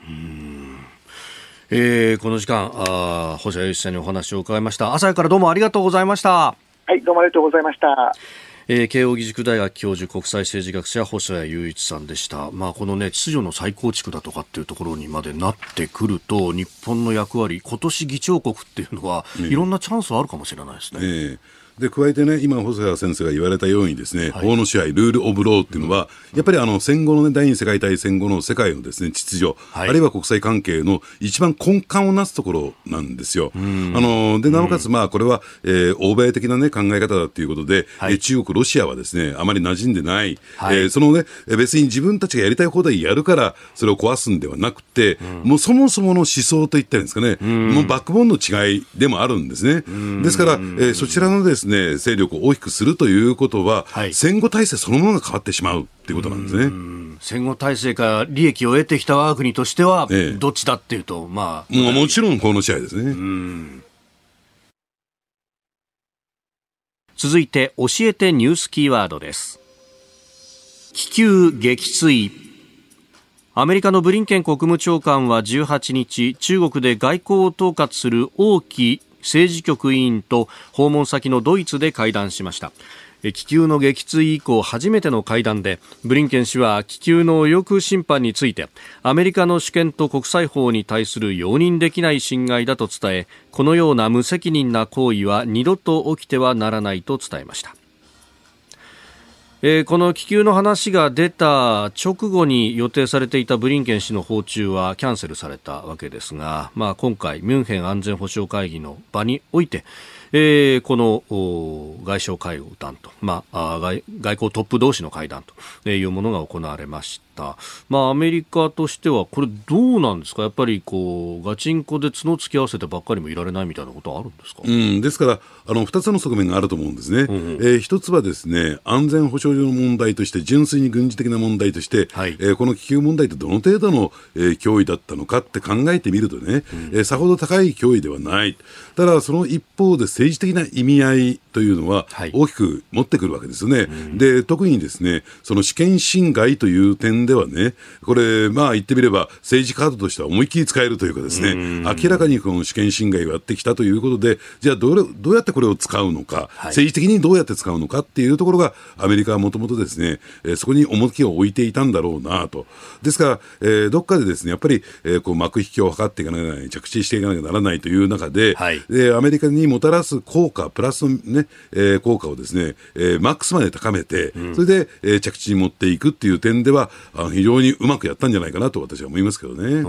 この時間星谷祐一さんにお話を伺いました。朝からどうもありがとうございました。 はい、どうもありがとうございました。 慶應義塾大学教授、国際政治学者星谷祐一さんでした。この秩序の再構築だとかっていうところにまでなってくると、日本の役割、今年議長国っていうのは、いろんなチャンスはあるかもしれないですね。 で加えてね、今細谷先生が言われたようにですね、法の支配、ルールオブローっていうのは、やっぱり戦後の、第二次世界大戦後の世界のですね秩序、あるいは国際関係の一番根幹をなすところなんですよ。でなおかつこれは、欧米的な、考え方だということで、中国、ロシアはですねあまり馴染んでない、そのね別に自分たちがやりたい放題やるからそれを壊すんではなくて、もうそもそもの思想といったんですかね、もうバックボーンの違いでもあるんですね。ですから、そちらのですね勢力を大きくするということは、戦後体制そのものが変わってしまうということなんですね。 戦後体制から利益を得てきた我が国としては、どっちだっていうと、もちろん法の支配ですね。 続いて教えてニュースキーワードです。気球撃墜。アメリカのブリンケン国務長官は18日、中国で外交を統括する王毅政治局委員と訪問先のドイツで会談しました。気球の撃墜以降初めての会談で、ブリンケン氏は気球の領空侵犯について、アメリカの主権と国際法に対する容認できない侵害だと伝え、このような無責任な行為は二度と起きてはならないと伝えました。 この気球の話が出た直後に予定されていたブリンケン氏の訪中はキャンセルされたわけですが、今回ミュンヘン安全保障会議の場において、この外相会談と、外交トップ同士の会談というものが行われました。アメリカとしてはこれどうなんですか。やっぱりガチンコで角突き合わせてばっかりもいられないみたいなことはあるんですか。 ですから2つの側面があると思うんですね。一つはですね、安全保障上の問題として純粋に軍事的な問題として、この気球問題ってどの程度の、脅威だったのかって考えてみるとね、さほど高い脅威ではない。ただその一方で政治的な意味合いというのは大きく持ってくるわけですよね。で特にですね、その主権侵害という点ではね、これ言ってみれば政治カードとしては思いっきり使えるというかですね、明らかにこの主権侵害をやってきたということで、じゃあどうやってこれを使うのか、政治的にどうやって使うのかっていうところがアメリカはもともとですね、そこに重きを置いていたんだろうなと。ですから、どっかでですね、やっぱり、幕引きを図っていかなきゃならない、着地していかなきゃならないという中で、アメリカにもたらす効果プラスの、ね効果をですね、マックスまで高めて、それで、着地に持っていくっていう点では非常にうまくやったんじゃないかなと私は思いますけどね。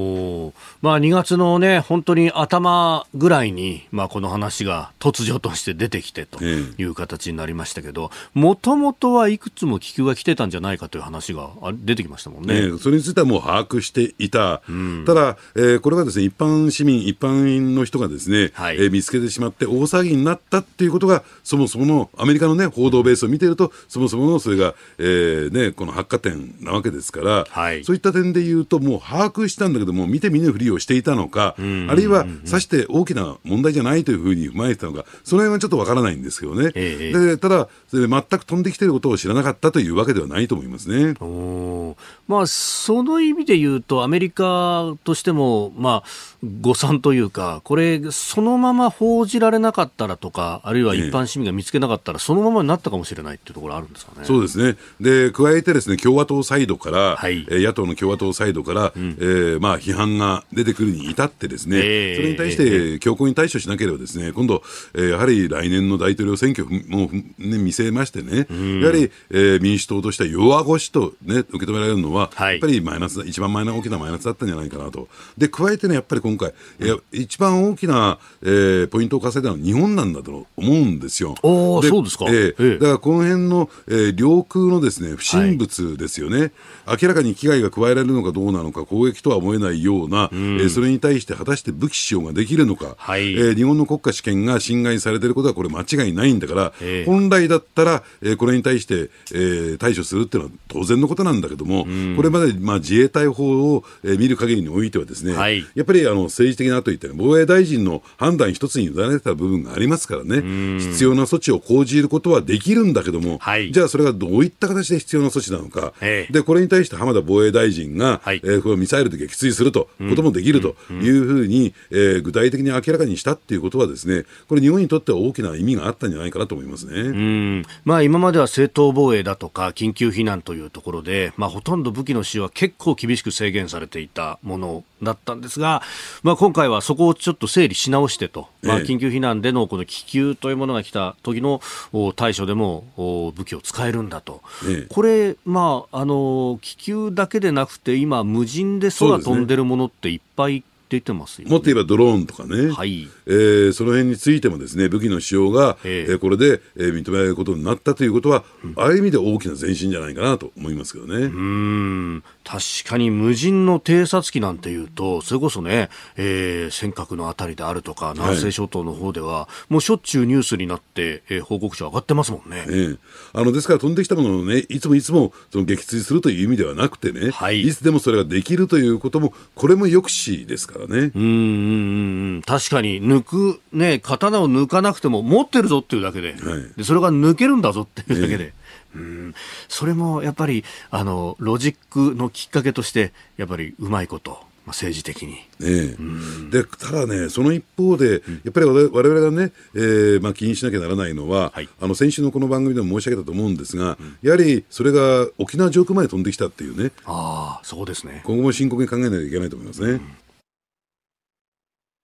2月のね、本当に頭ぐらいに、この話が突如として出てきてという形になりましたけど、もともとはいくつも気球が来てたんじゃないかという話が出てきましたもんね。 それについてはもう把握していた。ただ、これがですね、一般市民、一般の人がですね、見つけてしまって大騒ぎになったっていうことが、そもそものアメリカのね、報道ベースを見ていると、そもそものそれが、この発火点なわけですから、そういった点で言うと、もう把握したんだけども、見て見ぬふりをしていたのか、あるいはさして大きな問題じゃないというふうに踏まえてたのか、その辺はちょっとわからないんですけどね。でただ、全く飛んできていることを知らなかったというわけではないと思いますね。 その意味で言うと、アメリカとしても、誤算というか、これ、そのまま報じられなかったらとか、あるいは一般市民が見つけなかったら、そのままになったかもしれないというところあるんですかね。 そうですね。で、加えてですね、共和党サイドから、野党の共和党サイドから、批判が出てくるに至ってですね、それに対して強硬に対処しなければですね、今度、やはり来年の大統領選挙も、見据えましてね、やはり、民主党としては弱腰と、受け止められるのは、やっぱり一番大きなマイナスだったんじゃないかなと。で、加えてね、やっぱり今回、一番大きな、ポイントを稼いだのは日本なんだと思うんですよ。 そうですか。 だからこの辺の、領空のですね、不審物ですよね。明らかに危害が加えられるのかどうなのか、攻撃とは思えないような、それに対して果たして武器使用ができるのか、日本の国家主権が侵害されていることはこれ間違いないんだから、本来だったら、これに対して、対処するっていうのは当然のことなんだけども、これまで、自衛隊法を、見る限りにおいてはですね、やっぱり政治的なといった防衛大臣の判断一つに委ねた部分がありますからね、必要な措置を講じることはできるんだけども、じゃあそれがどういった形で必要な措置なのか、でこれに対して浜田防衛大臣が、これミサイルで撃墜するとこともできるというふうに、具体的に明らかにしたっていうことはですね、これ日本にとっては大きな意味があったんじゃないかなと思いますね。 今までは正当防衛だとか緊急避難というところで、ほとんど武器の使用は結構厳しく制限されていたものだったんですが、今回はそこをちょっと整理し直してと、緊急避難でのこの気球というものが来た時の対処でも武器を使えるんだと、これ、気球だけでなくて今無人で空飛んでるものっていっぱい出てますよね。 もっと言えばドローンとかね、その辺についてもですね、武器の使用が、これで、認められることになったということは、ああいう意味で大きな前進じゃないかなと思いますけどね。 確かに無人の偵察機なんていうと、それこそね、尖閣のあたりであるとか南西諸島の方では、もうしょっちゅうニュースになって、報告書上がってますもんね。 ですから飛んできたものをね、いつもその撃墜するという意味ではなくてね、いつでもそれができるということも、これも抑止ですからね。 確かに刀を抜かなくても持ってるぞっていうだけで、でそれが抜けるんだぞっていうだけで、それもやっぱりロジックのきっかけとしてやっぱりうまいこと政治的に、 でただね、その一方でやっぱり我々がね、気にしなきゃならないのは、先週のこの番組でも申し上げたと思うんですが、やはりそれが沖縄上空まで飛んできたっていうね、 そうですね、 今後も深刻に考えないといけないと思いますね。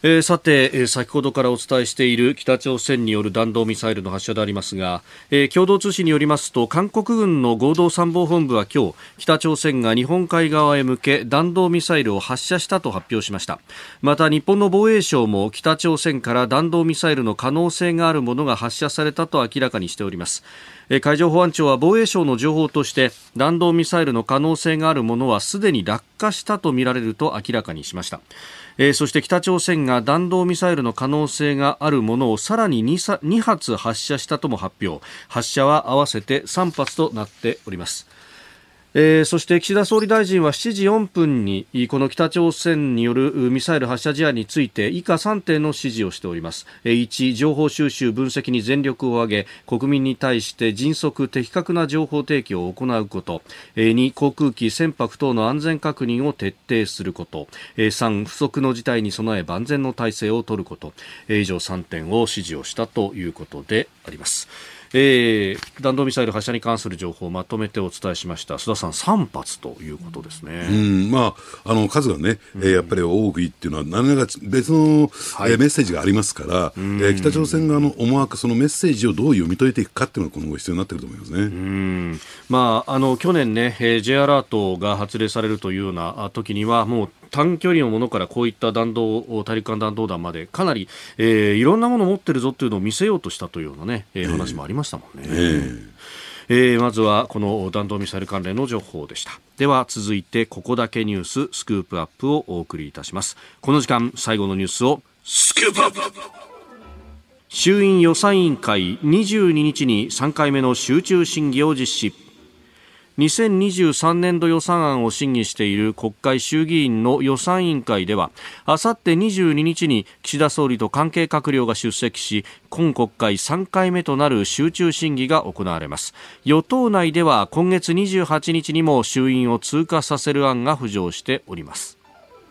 さて、先ほどからお伝えしている北朝鮮による弾道ミサイルの発射でありますが、共同通信によりますと韓国軍の合同参謀本部は今日北朝鮮が日本海側へ向け弾道ミサイルを発射したと発表しました。また日本の防衛省も北朝鮮から弾道ミサイルの可能性があるものが発射されたと明らかにしております。海上保安庁は防衛省の情報として弾道ミサイルの可能性があるものはすでに落下したとみられると明らかにしました。そして北朝鮮が弾道ミサイルの可能性があるものをさらに2発発射したとも発表。発射は合わせて3発となっております。そして岸田総理大臣は7時4分にこの北朝鮮によるミサイル発射事案について以下3点の指示をしております。1、情報収集分析に全力を挙げ国民に対して迅速的確な情報提供を行うこと。2、航空機船舶等の安全確認を徹底すること。3、不測の事態に備え万全の体制を取ること。以上3点を指示をしたということであります。弾道ミサイル発射に関する情報をまとめてお伝えしました。須田さん、3発ということですね。 数がね、やっぱり多くいっていうのは何らか別の、メッセージがありますから、北朝鮮側の思惑、そのメッセージをどう読み解いていくかっていうのが今後必要になっていると思いますね。去年ね、J アラートが発令されるというような時にはもう短距離のものからこういった大陸間弾道弾までかなり、いろんなものを持ってるぞというのを見せようとしたというような、話もありましたもんね。まずはこの弾道ミサイル関連の情報でした。では続いてここだけニューススクープアップをお送りいたします。この時間最後のニュースをスクープアップ。衆院予算委員会22日に3回目の集中審議を実施。2023年度予算案を審議している国会衆議院の予算委員会ではあさって22日に岸田総理と関係閣僚が出席し今国会3回目となる集中審議が行われます。与党内では今月28日にも衆院を通過させる案が浮上しております。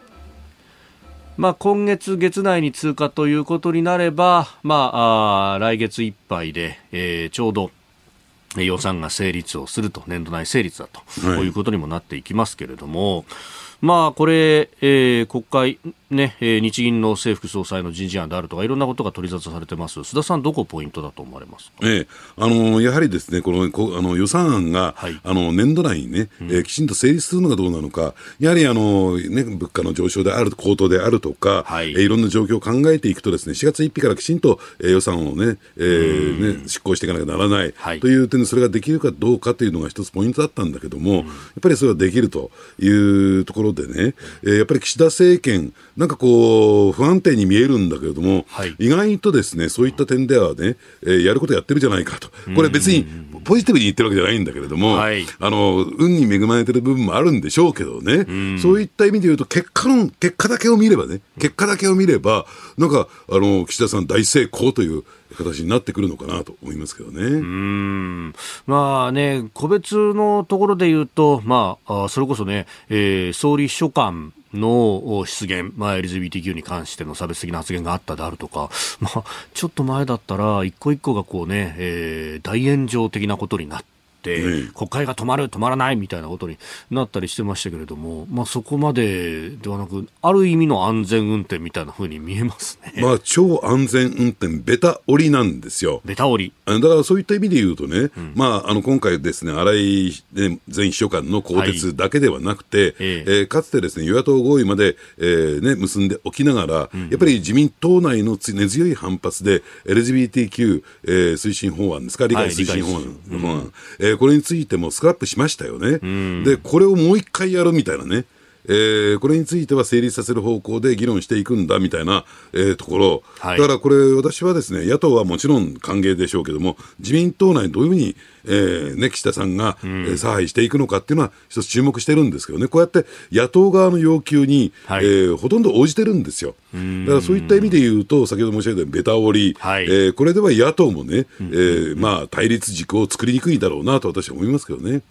今月月内に通過ということになれば、来月いっぱいで、ちょうど予算が成立をすると、年度内成立だと、こういうことにもなっていきますけれども、これ、国会、日銀の政府総裁の人事案であるとかいろんなことが取り沙汰されてます。須田さん、どこポイントだと思われますか？やはりですね、この予算案が、年度内にね、きちんと成立するのがどうなのか、やはり物価の上昇である、高騰であるとか、いろんな状況を考えていくとですね、4月1日からきちんと予算を執行していかなきゃならない、という点でそれができるかどうかというのが一つポイントだったんだけども、やっぱりそれができるというところでね、やっぱり岸田政権なんかこう不安定に見えるんだけれども、意外とですねそういった点ではね、やることやってるじゃないかと。これ別にポジティブに言ってるわけじゃないんだけれども、運に恵まれてる部分もあるんでしょうけどね、そういった意味で言うと結果だけを見ればね、なんか岸田さん大成功という形になってくるのかなと思いますけどね。 個別のところで言うと、それこそね、総理秘書官の失言、LGBTQ に関しての差別的な発言があったであるとか、ちょっと前だったら一個一個がこうね、大炎上的なことになって国会が止まらないみたいなことになったりしてましたけれども、そこまでではなく、ある意味の安全運転みたいな風に見えますね。 超安全運転ベタ折りなんですよ。 ベタ折り。 だからそういった意味で言うとね、今回ですね、荒井前秘書官の更迭だけではなくて、かつてですね、与野党合意まで、結んでおきながら、やっぱり自民党内の根強い反発で LGBTQ、推進法案ですか、理解推進法案、これについてもスクラップしましたよね。でこれをもう一回やるみたいなね、これについては成立させる方向で議論していくんだみたいな、ところ、だからこれ私はですね、野党はもちろん歓迎でしょうけども、自民党内どういうふうに、岸田さんが、差配していくのかっていうのは一つ注目してるんですけどね、こうやって野党側の要求に、ほとんど応じてるんですよ。だからそういった意味で言うと、先ほど申し上げたベタ折り、これでは野党もね、対立軸を作りにくいだろうなと私は思いますけどね。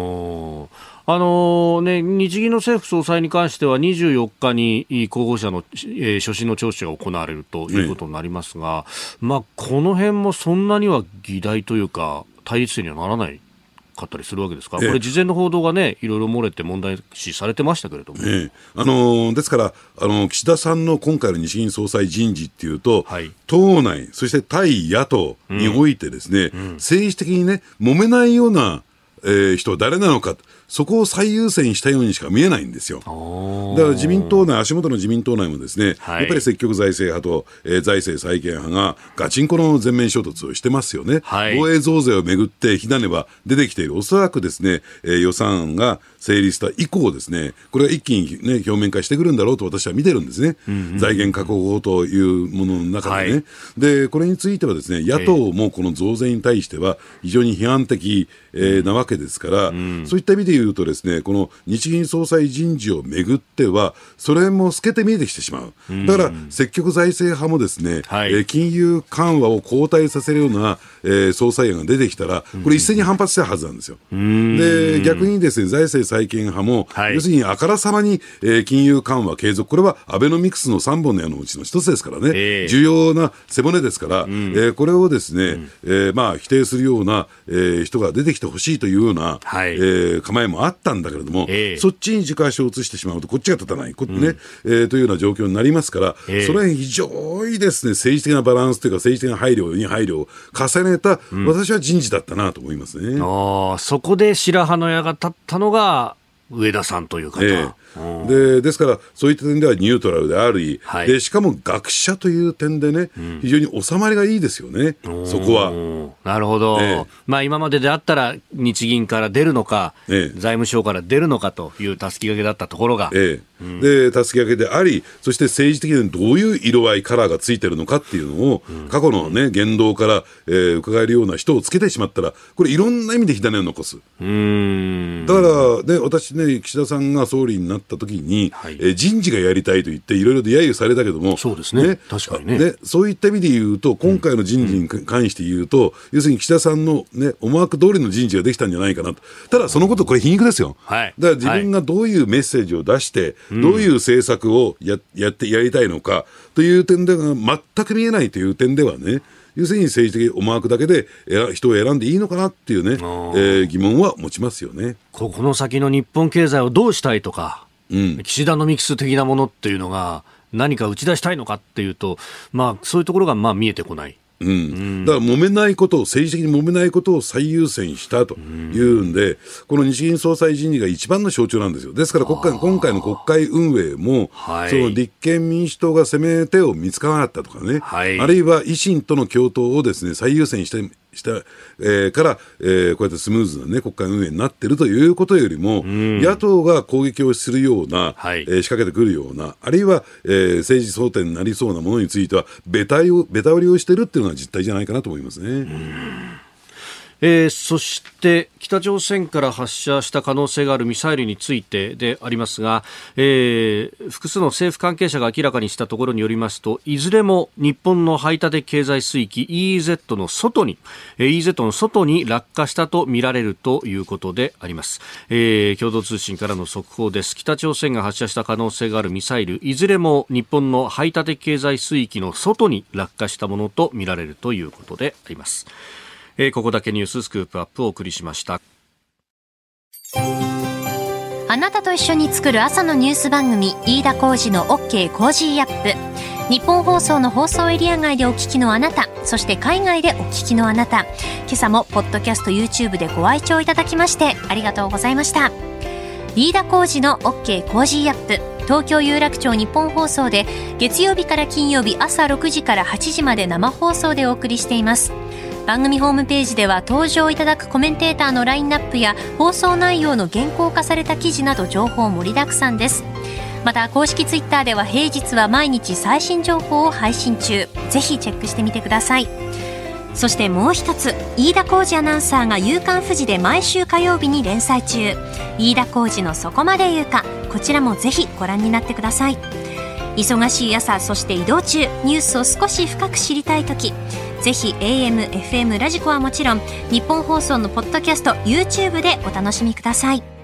日銀の政府総裁に関しては24日に候補者の、所信の聴取が行われるということになりますが、この辺もそんなには議題というか対立点にはならないかったりするわけですか。これ事前の報道がねいろいろ漏れて問題視されてましたけれども、 ですから岸田さんの今回の日銀総裁人事っていうと、 はい、 党内そして対野党においてですね、政治的にね揉めないような人は誰なのか、そこを最優先したようにしか見えないんですよ。だから自民党内、足元の自民党内もですね、やっぱり積極財政派と、財政再建派がガチンコの全面衝突をしてますよね。防衛増税をめぐって火種は出てきている。おそらくですね、予算案が成立した以降ですね、これが一気に、ね、表面化してくるんだろうと私は見てるんですね。財源確保法というものの中でね、でこれについてはですね、野党もこの増税に対しては非常に批判的、なわけですから、そういった意味で言うとですね、この日銀総裁人事をめぐってはそれも透けて見えてきてしまう。だから積極財政派もですね、金融緩和を後退させるような、総裁案が出てきたらこれ一斉に反発したはずなんですよ。で逆にですね、財政再建派も、要するにあからさまに、金融緩和継続、これはアベノミクスの3本の矢のうちの一つですからね、重要な背骨ですから、これをですね、否定するような、人が出てきてほしいというような、構えもあったんだけれども、そっちに軸足を移してしまうとこっちが立たない、というような状況になりますから、それは非常にですね、政治的なバランスというか政治的な配慮に配慮を重ねた、私は人事だったなと思いますね。 そこで白羽の矢が立ったのが上田さんという方、 ですからそういった点ではニュートラルであり、でしかも学者という点でね、非常に収まりがいいですよね、そこは。 なるほど、今までであったら日銀から出るのか、財務省から出るのかというたすき掛けだったところが、でたすき掛けであり、そして政治的にどういう色合いカラーがついてるのかっていうのを、過去の、ね、言動から、伺えるような人をつけてしまったら、これいろんな意味で火種を残す。だから、私ね、岸田さんが総理になった時に、人事がやりたいと言っていろいろ揶揄されたけども、そうですね、確かにね。 そういった意味で言うと、今回の人事に関して言うと、要するに岸田さんの、ね、思惑通りの人事ができたんじゃないかなと。ただそのことこれ皮肉ですよ。だから自分がどういうメッセージを出して、どういう政策をやりたいのかという点では全く見えないという点ではね、要するに政治的思惑だけで人を選んでいいのかなっていうね、疑問は持ちますよね。 この先の日本経済をどうしたいとか、岸田ノミクス的なものっていうのが何か打ち出したいのかっていうと、そういうところが見えてこない。だから揉めないことを、政治的に揉めないことを最優先したというんで、この日銀総裁人事が一番の象徴なんですよ。ですから今回の国会運営も、その立憲民主党が攻め手を見つからなかったとかね、あるいは維新との共闘をですね、最優先してから、こうやってスムーズな、ね、国会運営になっているということよりも、野党が攻撃をするような、仕掛けてくるような、あるいは、政治争点になりそうなものについてはベタ売りをしているっていうのが実態じゃないかなと思いますね。 そして北朝鮮から発射した可能性があるミサイルについてでありますが、複数の政府関係者が明らかにしたところによりますと、いずれも日本の排他的経済水域 EEZ の外に落下したとみられるということであります。共同通信からの速報です。北朝鮮が発射した可能性があるミサイル、いずれも日本の排他的経済水域の外に落下したものとみられるということであります。ここだけニューススクープアップをお送りしました。 あなたと一緒に作る朝のニュース番組、飯田浩司の OK コージーアップ。日本放送の放送エリア外でお聞きのあなた、そして海外でお聞きのあなた、今朝もポッドキャスト YouTube でご愛聴いただきましてありがとうございました。飯田浩司の OK コージーアップ、東京有楽町日本放送で月曜日から金曜日朝6時から8時まで生放送でお送りしています。番組ホームページでは登場いただくコメンテーターのラインナップや放送内容の原稿化された記事など情報盛りだくさんです。また公式ツイッターでは平日は毎日最新情報を配信中、ぜひチェックしてみてください。そしてもう一つ、飯田浩司アナウンサーが夕刊フジで毎週火曜日に連載中、飯田浩司のそこまで言うか、こちらもぜひご覧になってください。忙しい朝、そして移動中、ニュースを少し深く知りたいとき、ぜひ AM、FM、ラジコはもちろん日本放送のポッドキャスト、YouTube でお楽しみください。